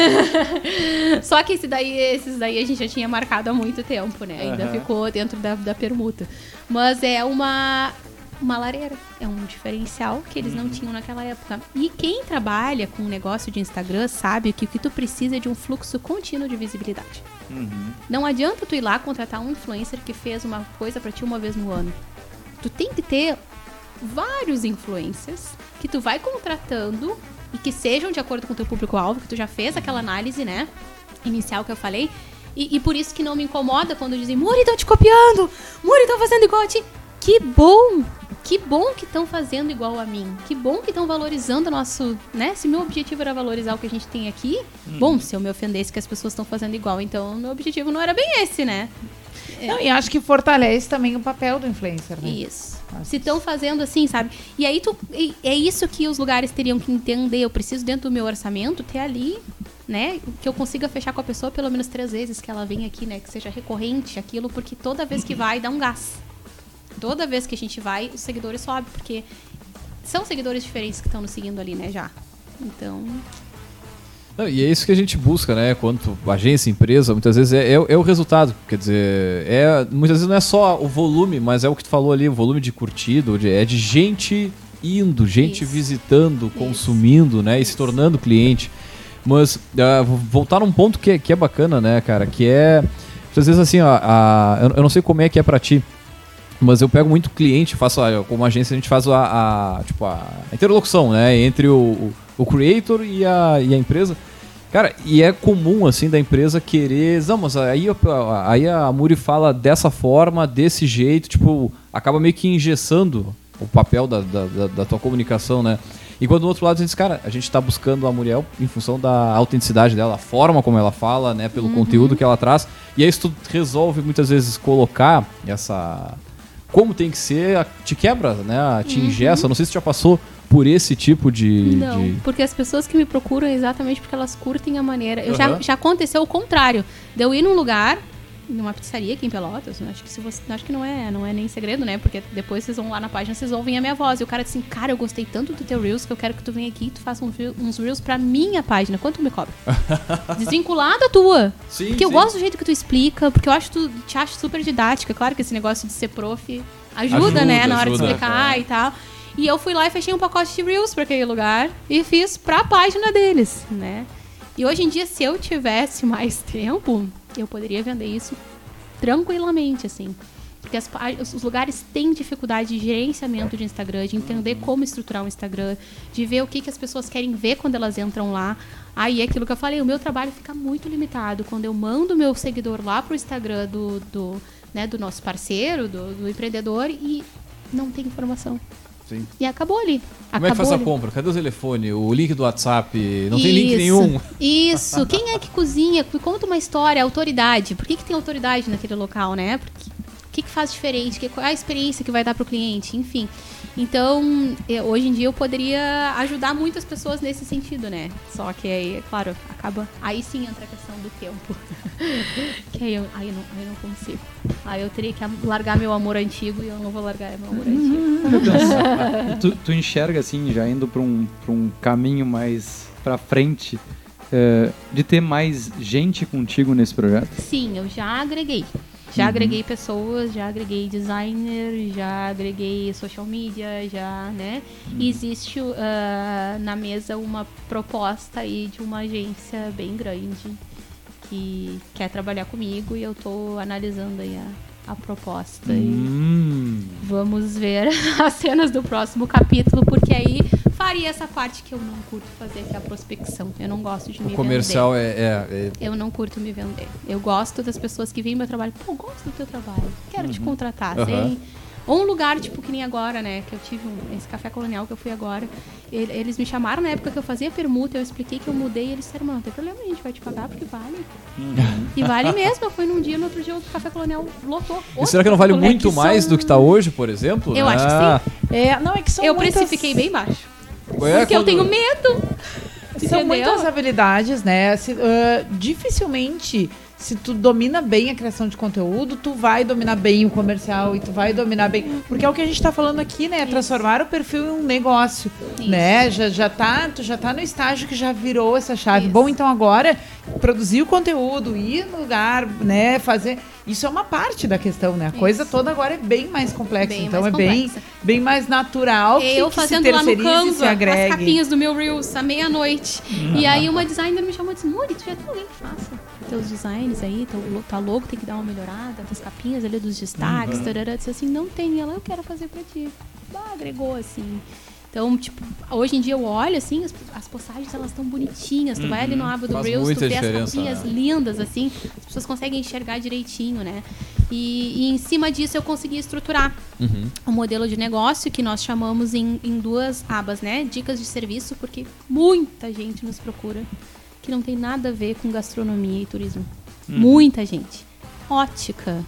Só que esse daí, esses daí a gente já tinha marcado há muito tempo, né? Ainda uhum. ficou dentro da, da permuta. Mas é uma... uma lareira, é um diferencial que eles uhum. não tinham naquela época. E quem trabalha com um negócio de Instagram sabe que o que tu precisa é de um fluxo contínuo de visibilidade. Uhum. Não adianta tu ir lá contratar um influencer que fez uma coisa pra ti uma vez no ano. Tu tem que ter vários influencers que tu vai contratando e que sejam de acordo com o teu público-alvo, que tu já fez aquela análise, né, inicial que eu falei. E, e por isso que não me incomoda quando dizem, Muri, estão te copiando, Muri, estão fazendo igual a ti. Que bom! Que bom que estão fazendo igual a mim. Que bom que estão valorizando o nosso... né? Se meu objetivo era valorizar o que a gente tem aqui, hum. bom, se eu me ofendesse que as pessoas estão fazendo igual, então meu objetivo não era bem esse, né? Não, e acho que fortalece também o papel do influencer, né? Isso. Acho se estão fazendo assim, sabe? E aí tu, é isso que os lugares teriam que entender. Eu preciso, dentro do meu orçamento, ter ali... né, que eu consiga fechar com a pessoa pelo menos três vezes que ela vem aqui, né? Que seja recorrente aquilo, porque toda vez que vai, dá um gás. Toda vez que a gente vai, os seguidores sobem, porque são seguidores diferentes que estão nos seguindo ali, né, já. Então... Não, e é isso que a gente busca, né, quanto agência, empresa, muitas vezes é, é, é o resultado. Quer dizer, é, muitas vezes não é só o volume, mas é o que tu falou ali, o volume de curtido, de, é de gente indo, gente isso. visitando, isso. consumindo, né, e se tornando cliente. Mas uh, voltar num ponto que é, que é bacana, né, cara, que é... Muitas vezes assim, ó, a, eu não sei como é que é pra ti, mas eu pego muito cliente, faço como agência, a gente faz a, a, tipo, a interlocução, né, entre o, o, o creator e a, e a empresa. Cara, e é comum, assim, da empresa querer... Não, mas aí, aí a Muri fala dessa forma, desse jeito, tipo, acaba meio que engessando o papel da, da, da, da tua comunicação, né? E quando do outro lado você diz, cara, a gente tá buscando a Muriel em função da autenticidade dela, a forma como ela fala, né? Pelo uhum. conteúdo que ela traz. E aí isso tu resolve muitas vezes colocar essa... Como tem que ser, te quebra, né? Te ingessa. Uhum. Não sei se tu já passou por esse tipo de... Não, de... porque as pessoas que me procuram é exatamente porque elas curtem a maneira... Eu uhum. já, já aconteceu o contrário. De eu ir num lugar, numa pizzaria aqui em Pelotas, acho que, se você, acho que não, é, não é nem segredo, né? Porque depois vocês vão lá na página, vocês ouvem a minha voz. E o cara disse assim, cara, eu gostei tanto do teu Reels que eu quero que tu venha aqui e tu faça uns, uns Reels pra minha página. Quanto tu me cobra? Desvinculada a tua. Sim, porque sim. eu gosto do jeito que tu explica, porque eu acho tu, te acho super didática. Claro que esse negócio de ser prof ajuda, ajuda né? Na hora ajuda, de explicar é. e tal. E eu fui lá e fechei um pacote de Reels pra aquele lugar e fiz pra página deles, né? E hoje em dia, se eu tivesse mais tempo, eu poderia vender isso tranquilamente, assim. Porque as, os lugares têm dificuldade de gerenciamento de Instagram, de entender como estruturar um Instagram, de ver o que, que as pessoas querem ver quando elas entram lá. Aí é aquilo que eu falei, o meu trabalho fica muito limitado. Quando eu mando o meu seguidor lá pro Instagram do, do, né, do nosso parceiro, do, do empreendedor, e não tem informação. Sim. E acabou ali. Como acabou é que faz ali. A compra? Cadê o telefone? O link do WhatsApp? Não isso, tem link nenhum. Isso. Quem é que cozinha? Conta uma história, autoridade. Por que, que tem autoridade naquele local, né? Porque, o que, que faz diferente? Qual é a experiência que vai dar para o cliente? Enfim. Então, eu, hoje em dia eu poderia ajudar muitas pessoas nesse sentido, né? Só que aí, é claro, acaba... Aí sim entra a questão do tempo. que aí eu, aí, eu não, aí eu não consigo. Aí eu teria que largar meu amor antigo e eu não vou largar meu amor antigo. tu, tu enxerga, assim, já indo para um, pra um caminho mais para frente, é, de ter mais gente contigo nesse projeto? Sim, eu já agreguei. Já uhum. agreguei pessoas, já agreguei designer, já agreguei social media, já, né? Uhum. E existe uh, na mesa uma proposta aí de uma agência bem grande que quer trabalhar comigo e eu tô analisando aí a, a proposta. Uhum. E vamos ver as cenas do próximo capítulo, porque aí faria essa parte que eu não curto fazer, que é a prospecção. Eu não gosto de me vender. O comercial é, é, é... Eu não curto me vender. Eu gosto das pessoas que vêm no meu trabalho. Pô, gosto do teu trabalho. Quero uhum. te contratar. Uhum. Sem... Ou um lugar, tipo, que nem agora, né? Que eu tive um, esse Café Colonial que eu fui agora. Ele, eles me chamaram na época que eu fazia permuta. Eu expliquei que eu mudei e eles disseram, mano, não tem problema, a gente vai te pagar porque vale. Uhum. E vale mesmo. Eu fui num dia, no outro dia o Café Colonial lotou. E será que não vale muito mais são... do que está hoje, por exemplo? Eu ah. acho que sim. É, não, é que são eu muitas... precifiquei bem baixo. É, porque quando... eu tenho medo. São Entendeu? muitas habilidades, né? Se, uh, dificilmente, se tu domina bem a criação de conteúdo, tu vai dominar bem o comercial e tu vai dominar bem... Porque é o que a gente tá falando aqui, né? É transformar o perfil em um negócio, Isso. né? Já, já tá, tu já tá no estágio que já virou essa chave. Isso. Bom, então agora, produzir o conteúdo, ir no lugar, né? Fazer... Isso é uma parte da questão, né? A Isso. coisa toda agora é bem mais complexa. Bem então mais é bem, bem mais natural que, eu que fazendo se lá no Canva, se agregue. as capinhas do meu Reels à meia-noite. Uhum. E aí uma designer me chamou e disse, Muri, tu já tem alguém que faça teus designs aí, teu, tá logo, tem que dar uma melhorada, as capinhas ali dos destaques, uhum. tarará. Disse assim, não tem. E ela, eu quero fazer pra ti. Ah, agregou assim. Então, tipo, hoje em dia eu olho, assim, as, as postagens, elas estão bonitinhas. Tu uhum. vai ali no aba do Reels, tu vê as capinhas né? lindas, assim. As pessoas conseguem enxergar direitinho, né? E, e em cima disso eu consegui estruturar uhum. um modelo de negócio que nós chamamos em, em duas abas, né? Dicas de serviço, porque muita gente nos procura que não tem nada a ver com gastronomia e turismo. Uhum. Muita gente. Ótica.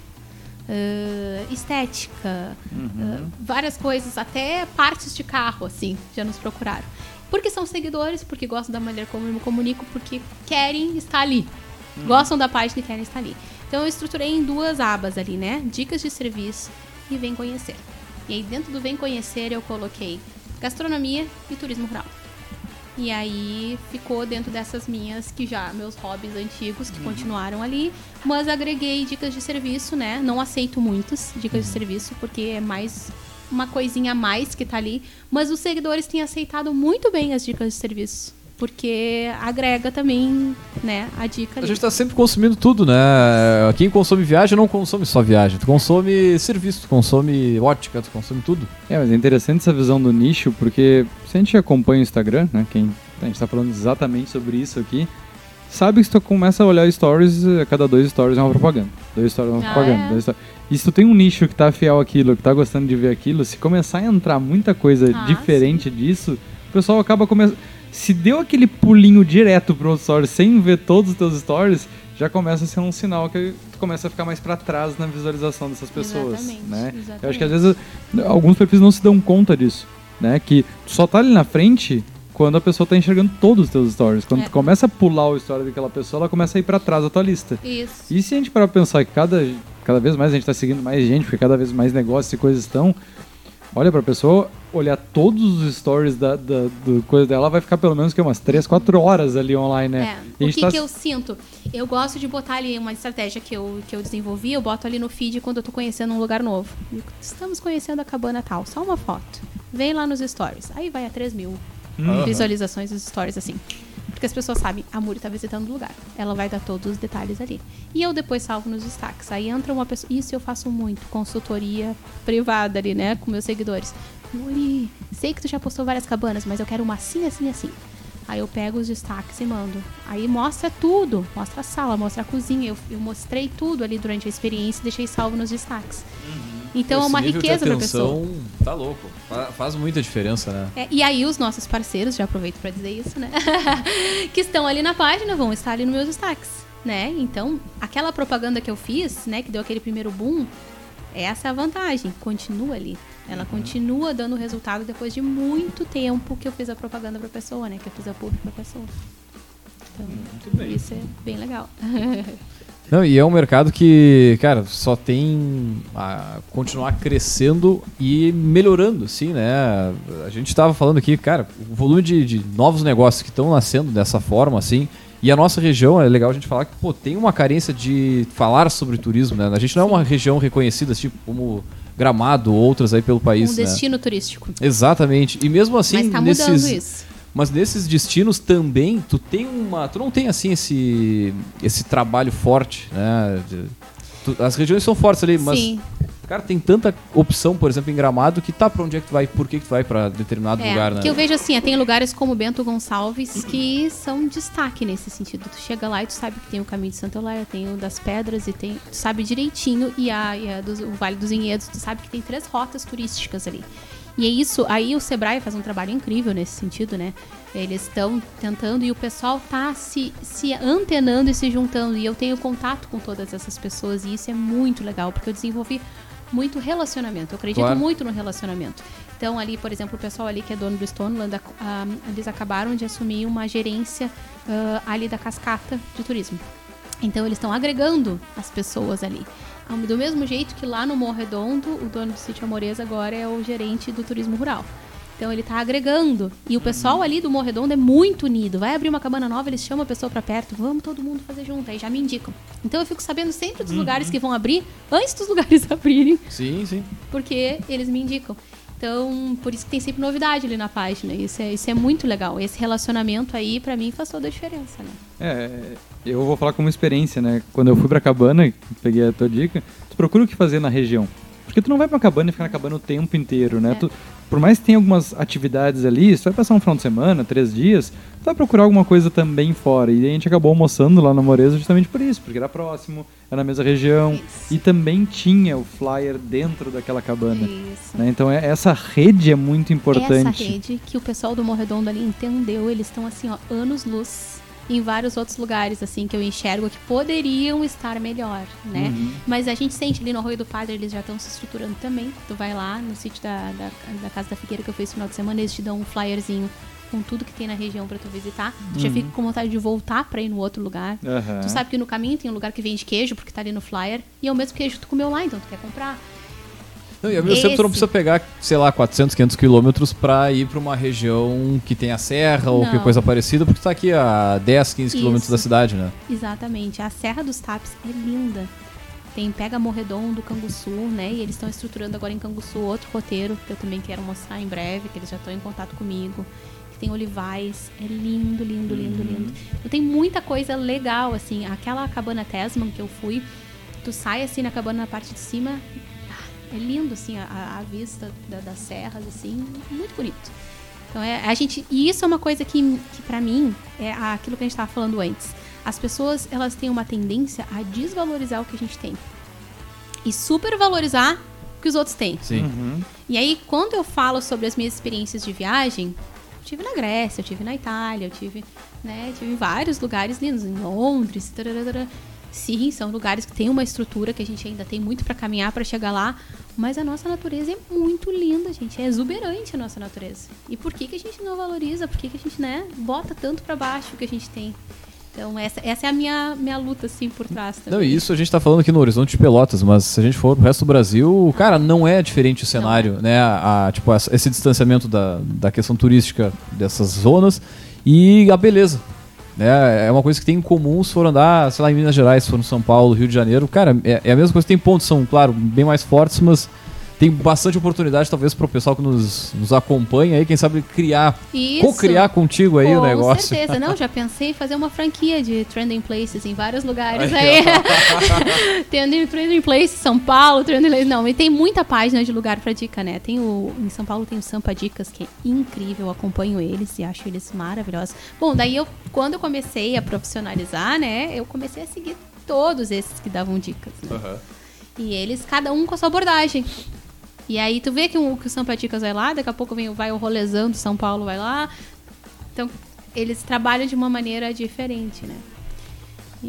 Uh, estética, uhum. uh, várias coisas, até partes de carro, assim, já nos procuraram. Porque são seguidores, porque gostam da maneira como eu me comunico, porque querem estar ali. Uhum. Gostam da página e querem estar ali. Então eu estruturei em duas abas ali, né? Dicas de serviço e Vem Conhecer. E aí dentro do Vem Conhecer eu coloquei gastronomia e turismo rural. E aí ficou dentro dessas minhas, que já, meus hobbies antigos, que uhum. continuaram ali. Mas agreguei dicas de serviço, né? Não aceito muitas dicas uhum. de serviço, porque é mais uma coisinha a mais que tá ali. Mas os seguidores têm aceitado muito bem as dicas de serviço. Porque agrega também, né, a dica ali. A gente tá sempre consumindo tudo, né? Quem consome viagem não consome só viagem. Tu consome serviço, tu consome ótica, tu consome tudo. É, mas é interessante essa visão do nicho, porque se a gente acompanha o Instagram, né? Quem, a gente tá falando exatamente sobre isso aqui. sabe que se tu começa a olhar stories, a cada dois stories é uma propaganda. Dois stories é uma Ah, propaganda. é? Dois stories. E se tu tem um nicho que tá fiel àquilo, que tá gostando de ver aquilo, se começar a entrar muita coisa Ah, diferente disso, o pessoal acaba começando... Se deu aquele pulinho direto pro outro story sem ver todos os teus stories, já começa a ser um sinal que tu começa a ficar mais pra trás na visualização dessas pessoas. Exatamente, Né? exatamente. Eu acho que às vezes alguns perfis não se dão conta disso. Né? Que tu só tá ali na frente quando a pessoa tá enxergando todos os teus stories. Quando É. tu começa a pular o story daquela pessoa, ela começa a ir pra trás da tua lista. Isso. E se a gente parar pra pensar que cada, cada vez mais a gente tá seguindo mais gente, porque cada vez mais negócios e coisas estão, olha pra pessoa, olhar todos os stories da, da do coisa dela, vai ficar pelo menos que umas três, quatro horas ali online, né? É. E a O gente que, tá- que eu sinto? Eu gosto de botar ali uma estratégia que eu, que eu desenvolvi, eu boto ali no feed quando eu tô conhecendo um lugar novo. Estamos conhecendo a cabana tal, só uma foto. Vem lá nos stories. Aí vai a três mil Aham. visualizações dos stories, assim. Porque as pessoas sabem, a Muri tá visitando o lugar. Ela vai dar todos os detalhes ali. E eu depois salvo nos destaques. Aí entra uma pessoa... Isso eu faço muito. Consultoria privada ali, né? Com meus seguidores. Muri, sei que tu já postou várias cabanas, mas eu quero uma assim, assim, assim. Aí eu pego os destaques e mando. Aí mostra tudo. Mostra a sala, mostra a cozinha. Eu, eu mostrei tudo ali durante a experiência e deixei salvo nos destaques. Então Pô, é uma esse nível de riqueza pra pessoa. atenção tá louco. Fa- Faz muita diferença, né? É, e aí os nossos parceiros, já aproveito para dizer isso, né? que estão ali na página vão estar ali nos meus destaques, né? Então, aquela propaganda que eu fiz, né, que deu aquele primeiro boom, essa é a vantagem, continua ali. Ela continua dando resultado depois de muito tempo que eu fiz a propaganda para a pessoa, né? Que eu fiz a publi para a pessoa. Então, isso é bem legal. Não, e é um mercado que, cara, só tem a continuar crescendo e melhorando, assim, né? A gente estava falando aqui, cara, o volume de, de novos negócios que estão nascendo dessa forma, assim, e a nossa região, é legal a gente falar que, pô, tem uma carência de falar sobre turismo, né? A gente não é uma região reconhecida, tipo, como Gramado ou outras aí pelo país, Um né? destino turístico. Exatamente. E mesmo assim, Mas tá nesses... mudando isso. Mas nesses destinos também, tu tem uma. Tu não tem assim esse. esse trabalho forte, né? De- tu- as regiões são fortes ali, mas. Sim. Cara, tem tanta opção, por exemplo, em Gramado, que tá pra onde é que tu vai, por que, que tu vai pra determinado É, lugar, né? que eu vejo assim, tem lugares como Bento Gonçalves que são destaque nesse sentido. Tu chega lá e tu sabe que tem o caminho de Santa Eulália, tem o das Pedras e tem, tu sabe direitinho, e, a, e a dos- o Vale dos Vinhedos, tu sabe que tem três rotas turísticas ali. E é isso, aí o Sebrae faz um trabalho incrível nesse sentido, né? Eles estão tentando e o pessoal tá se, se antenando e se juntando. E eu tenho contato com todas essas pessoas e isso é muito legal, porque eu desenvolvi muito relacionamento. Eu acredito Claro. muito no relacionamento. Então, ali, por exemplo, o pessoal ali que é dono do Stoneland, a- a- eles acabaram de assumir uma gerência ah, ali da cascata de turismo. Então, eles estão agregando as pessoas ali. Ah, do mesmo jeito que lá no Morro Redondo, o dono do Sítio Amoreza agora é o gerente do turismo rural. Então ele tá agregando. E o pessoal ali do Morro Redondo é muito unido. Vai abrir uma cabana nova, eles chamam a pessoa pra perto. Vamos todo mundo fazer junto. Aí já me indicam. Então eu fico sabendo sempre dos lugares que vão abrir, antes dos lugares abrirem, Sim, sim. porque eles me indicam. Então, por isso que tem sempre novidade ali na página. Isso é, isso é muito legal. Esse relacionamento aí, pra mim, faz toda a diferença, né? É, eu vou falar como experiência, né? Quando eu fui pra cabana, peguei a tua dica, tu procura o que fazer na região. Porque tu não vai pra cabana e ficar na cabana o tempo inteiro, né? É. Tu, por mais que tenha algumas atividades ali, se tu vai passar um final de semana, três dias, tu vai procurar alguma coisa também fora. E a gente acabou almoçando lá na Moreza justamente por isso, porque era próximo, era na mesma região. Isso. E também tinha o flyer dentro daquela cabana. Isso. Né? Então é, essa rede é muito importante. Essa rede que o pessoal do Morro Redondo ali entendeu, eles estão assim, ó, anos-luz em vários outros lugares, assim, que eu enxergo que poderiam estar melhor, né? Uhum. Mas a gente sente ali no Arroio do Padre, eles já estão se estruturando também. Tu vai lá no sítio da, da, da Casa da Figueira que eu fiz no final de semana, eles te dão um flyerzinho com tudo que tem na região pra tu visitar. Tu já fica com vontade de voltar pra ir no outro lugar. Aham. Tu sabe que no caminho tem um lugar que vende queijo, porque tá ali no flyer, e é o mesmo queijo que tu comeu lá, então tu quer comprar. Não, e ao mesmo tempo tu não Esse- precisa pegar, sei lá, quatrocentos, quinhentos quilômetros pra ir pra uma região que tem a serra ou que Não. coisa parecida, porque tu tá aqui a dez, quinze quilômetros Isso. da cidade, né? Exatamente. A Serra dos Tapes é linda. Tem Pega Morredondo, Canguçu, né? E eles estão estruturando agora em Canguçu outro roteiro, que eu também quero mostrar em breve, que eles já estão em contato comigo. Que tem olivais. É lindo, lindo, lindo, lindo. Então tem muita coisa legal, assim. Aquela cabana Tesman que eu fui, tu sai assim na cabana na parte de cima. ah, É lindo, assim, a, a vista da- das serras, assim, muito bonito. Então, é, a gente, e isso é uma coisa que, que para mim, é aquilo que a gente estava falando antes. as pessoas, elas têm uma tendência a desvalorizar o que a gente tem. E supervalorizar o que os outros têm. Sim. Uhum. E aí, quando eu falo sobre as minhas experiências de viagem, eu tive na Grécia, eu tive na Itália, eu tive, né, tive em vários lugares lindos, em Londres, tararara. Sim, são lugares que têm uma estrutura que a gente ainda tem muito para caminhar para chegar lá, mas a nossa natureza é muito linda, gente, é exuberante a nossa natureza. E por que que a gente não valoriza? Por que que a gente, né, bota tanto para baixo o que a gente tem? Então, essa, essa é a minha, minha luta, assim, por trás também. Não, e isso a gente tá falando aqui no Horizonte de Pelotas, mas se a gente for pro resto do Brasil, cara, não é diferente o cenário, né? A, a, tipo, essa- esse distanciamento da, da questão turística dessas zonas e a beleza. Né? É uma coisa que tem em comum se for andar, sei lá, em Minas Gerais, se for no São Paulo, Rio de Janeiro. Cara, é, é a mesma coisa, tem pontos, são, claro, bem mais fortes, mas tem bastante oportunidade, talvez, pro pessoal que nos, nos acompanha aí, quem sabe criar, Isso. co-criar contigo aí o negócio. Com certeza. Não, já pensei em fazer uma franquia de Trending Places em vários lugares Aí, aí. Trending, Trending Places, São Paulo, Trending Places. Não, e tem muita página de lugar pra dica, né? Tem o, em São Paulo tem o Sampa Dicas, que é incrível, eu acompanho eles e acho eles maravilhosos. Bom, daí eu, quando eu comecei a profissionalizar, né, eu comecei a seguir todos esses que davam dicas, né? Aham. E eles, cada um com a sua abordagem. E aí tu vê que o, que o Sampa Dicas vai lá, daqui a pouco vem, vai o Rolezão do São Paulo, vai lá. Então, eles trabalham de uma maneira diferente, né? E,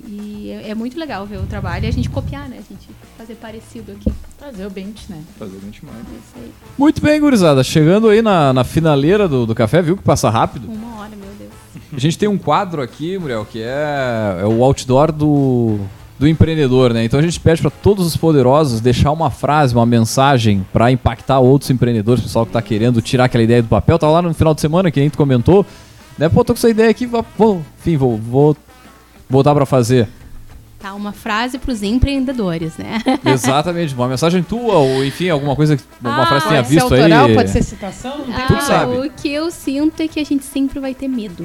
e é, é muito legal ver o trabalho e a gente copiar, né? A gente fazer parecido aqui. Fazer o bench, né? Fazer benchmark. É isso aí. Muito bem, gurizada. Chegando aí na, na finaleira do, do café, viu que passa rápido? Uma hora, meu Deus. A gente tem um quadro aqui, Muriel, que é, é o outdoor do, do empreendedor, né? Então a gente pede para todos os poderosos deixar uma frase, uma mensagem para impactar outros empreendedores, pessoal que tá querendo tirar aquela ideia do papel. Tava lá no final de semana, que nem tu comentou, né? Pô, tô com essa ideia aqui, vou, vou, enfim, vou, vou voltar para fazer. Tá, uma frase pros empreendedores, né? Exatamente, uma mensagem tua ou, enfim, alguma coisa, que- uma Ah, frase que tenha Pode ser visto autoral, aí. pode ser citação, não tem Ah, Tudo sabe. O que eu sinto é que a gente sempre vai ter medo,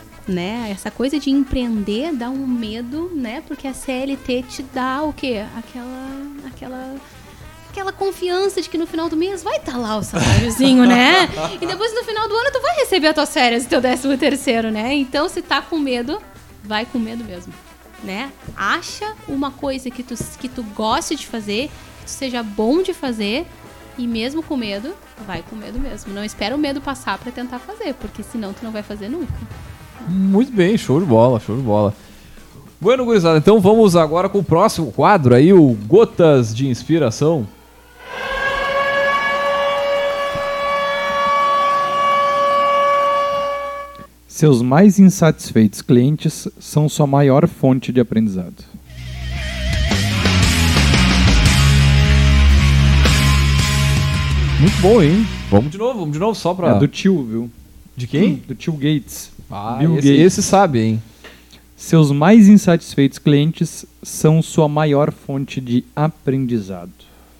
né? Essa coisa de empreender dá um medo, né? Porque a C L T te dá o quê? Aquela, aquela, aquela confiança de que no final do mês vai estar lá o saláriozinho, né? E depois no final do ano tu vai receber as tuas férias e teu décimo terceiro, né? Então se tá com medo, vai com medo mesmo, né? Acha uma coisa que tu, que tu goste de fazer, que tu seja bom de fazer. E mesmo com medo, vai com medo mesmo. Não espera o medo passar pra tentar fazer, porque senão tu não vai fazer nunca. Muito bem, show de bola, show de bola. Bueno, gurizada, então vamos agora com o próximo quadro aí, o Gotas de Inspiração. Seus mais insatisfeitos clientes são sua maior fonte de aprendizado. Muito bom, hein? Vamos de novo, vamos de novo, só pra... É do tio, viu? De quem? Do tio Gates. Ah, Bill esse, Gates. esse sabe, hein? Seus mais insatisfeitos clientes são sua maior fonte de aprendizado.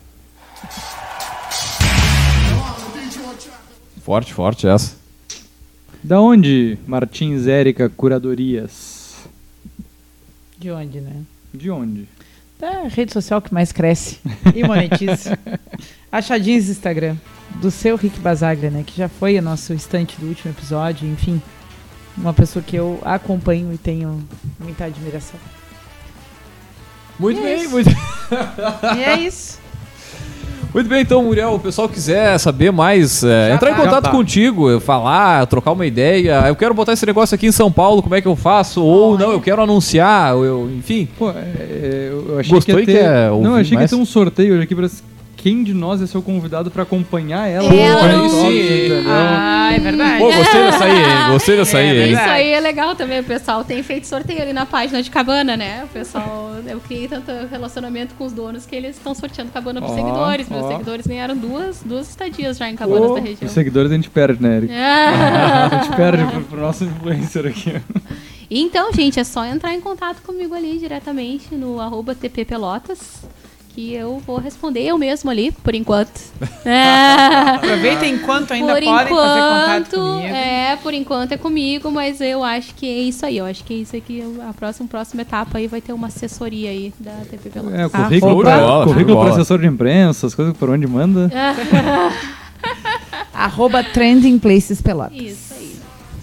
Forte, forte essa. Da onde, Martins Érica Curadorias? De onde, né? De onde? Da rede social que mais cresce e monetiza. Achadinhos do Instagram. Do seu Rick Basaglia, né? Que já foi o nosso estante do último episódio. Enfim, uma pessoa que eu acompanho e tenho muita admiração. Muito É bem, isso. muito E é isso. Muito bem, então, Muriel, o pessoal quiser saber mais, é, Já entrar em tá. contato Já tá. contigo, falar, trocar uma ideia, eu quero botar esse negócio aqui em São Paulo, como é que eu faço? Ou Olha. não, eu quero anunciar, ou eu, enfim. Pô, é, eu achei Gostou que e ia ter... quer Não, ouvir eu achei que ia mais? ter um sorteio hoje aqui pra... Quem de nós é seu convidado pra acompanhar ela? Ela Aí não- sim, Sim. entendeu? Ah, é verdade. Pô, gostei dessa aí, hein? Gostei dessa aí, É hein? verdade. Isso aí é legal também, o pessoal tem feito sorteio ali na página de cabana, né? O pessoal, eu criei tanto relacionamento com os donos que eles estão sorteando cabana pros Ó, seguidores. Meus ó. seguidores ganharam duas, duas estadias já em cabanas Pô, da região. os seguidores a gente perde, né, Eric? Ah. A gente perde pro, pro nosso influencer aqui. Então, gente, é só entrar em contato comigo ali diretamente no arroba T P Pelotas, que eu vou responder eu mesmo ali, por enquanto. É. Aproveita enquanto ainda Por podem fazer contato enquanto, comigo. é, por enquanto é comigo, mas eu acho que é isso aí. Eu acho que é isso aqui, a próxima, próxima etapa aí vai ter uma assessoria aí da T P Pelotas. É, o currículo, Arroba- pra, Show de bola, currículo show de para bola. assessor de imprensa, as coisas por onde manda. Arroba Trending Places Pelotas. Isso aí.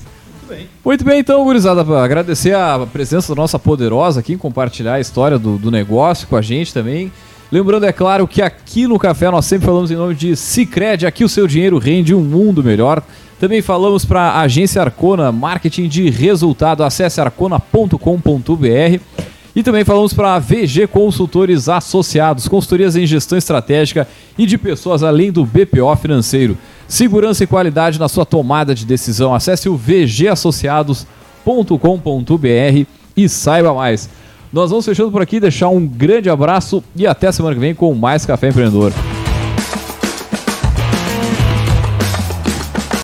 Muito bem, então, gurizada, agradecer a presença da nossa poderosa aqui em compartilhar a história do, do negócio com a gente também. Lembrando, é claro, que aqui no Café nós sempre falamos em nome de Sicredi, aqui o seu dinheiro rende um mundo melhor. Também falamos para a Agência Arcona, marketing de resultado, acesse arcona ponto com ponto b r. E também falamos para a V G Consultores Associados, consultorias em gestão estratégica e de pessoas além do B P O financeiro. Segurança e qualidade na sua tomada de decisão. Acesse o v g associados ponto com ponto b r e saiba mais. Nós vamos fechando por aqui, deixar um grande abraço e até semana que vem com mais Café Empreendedor.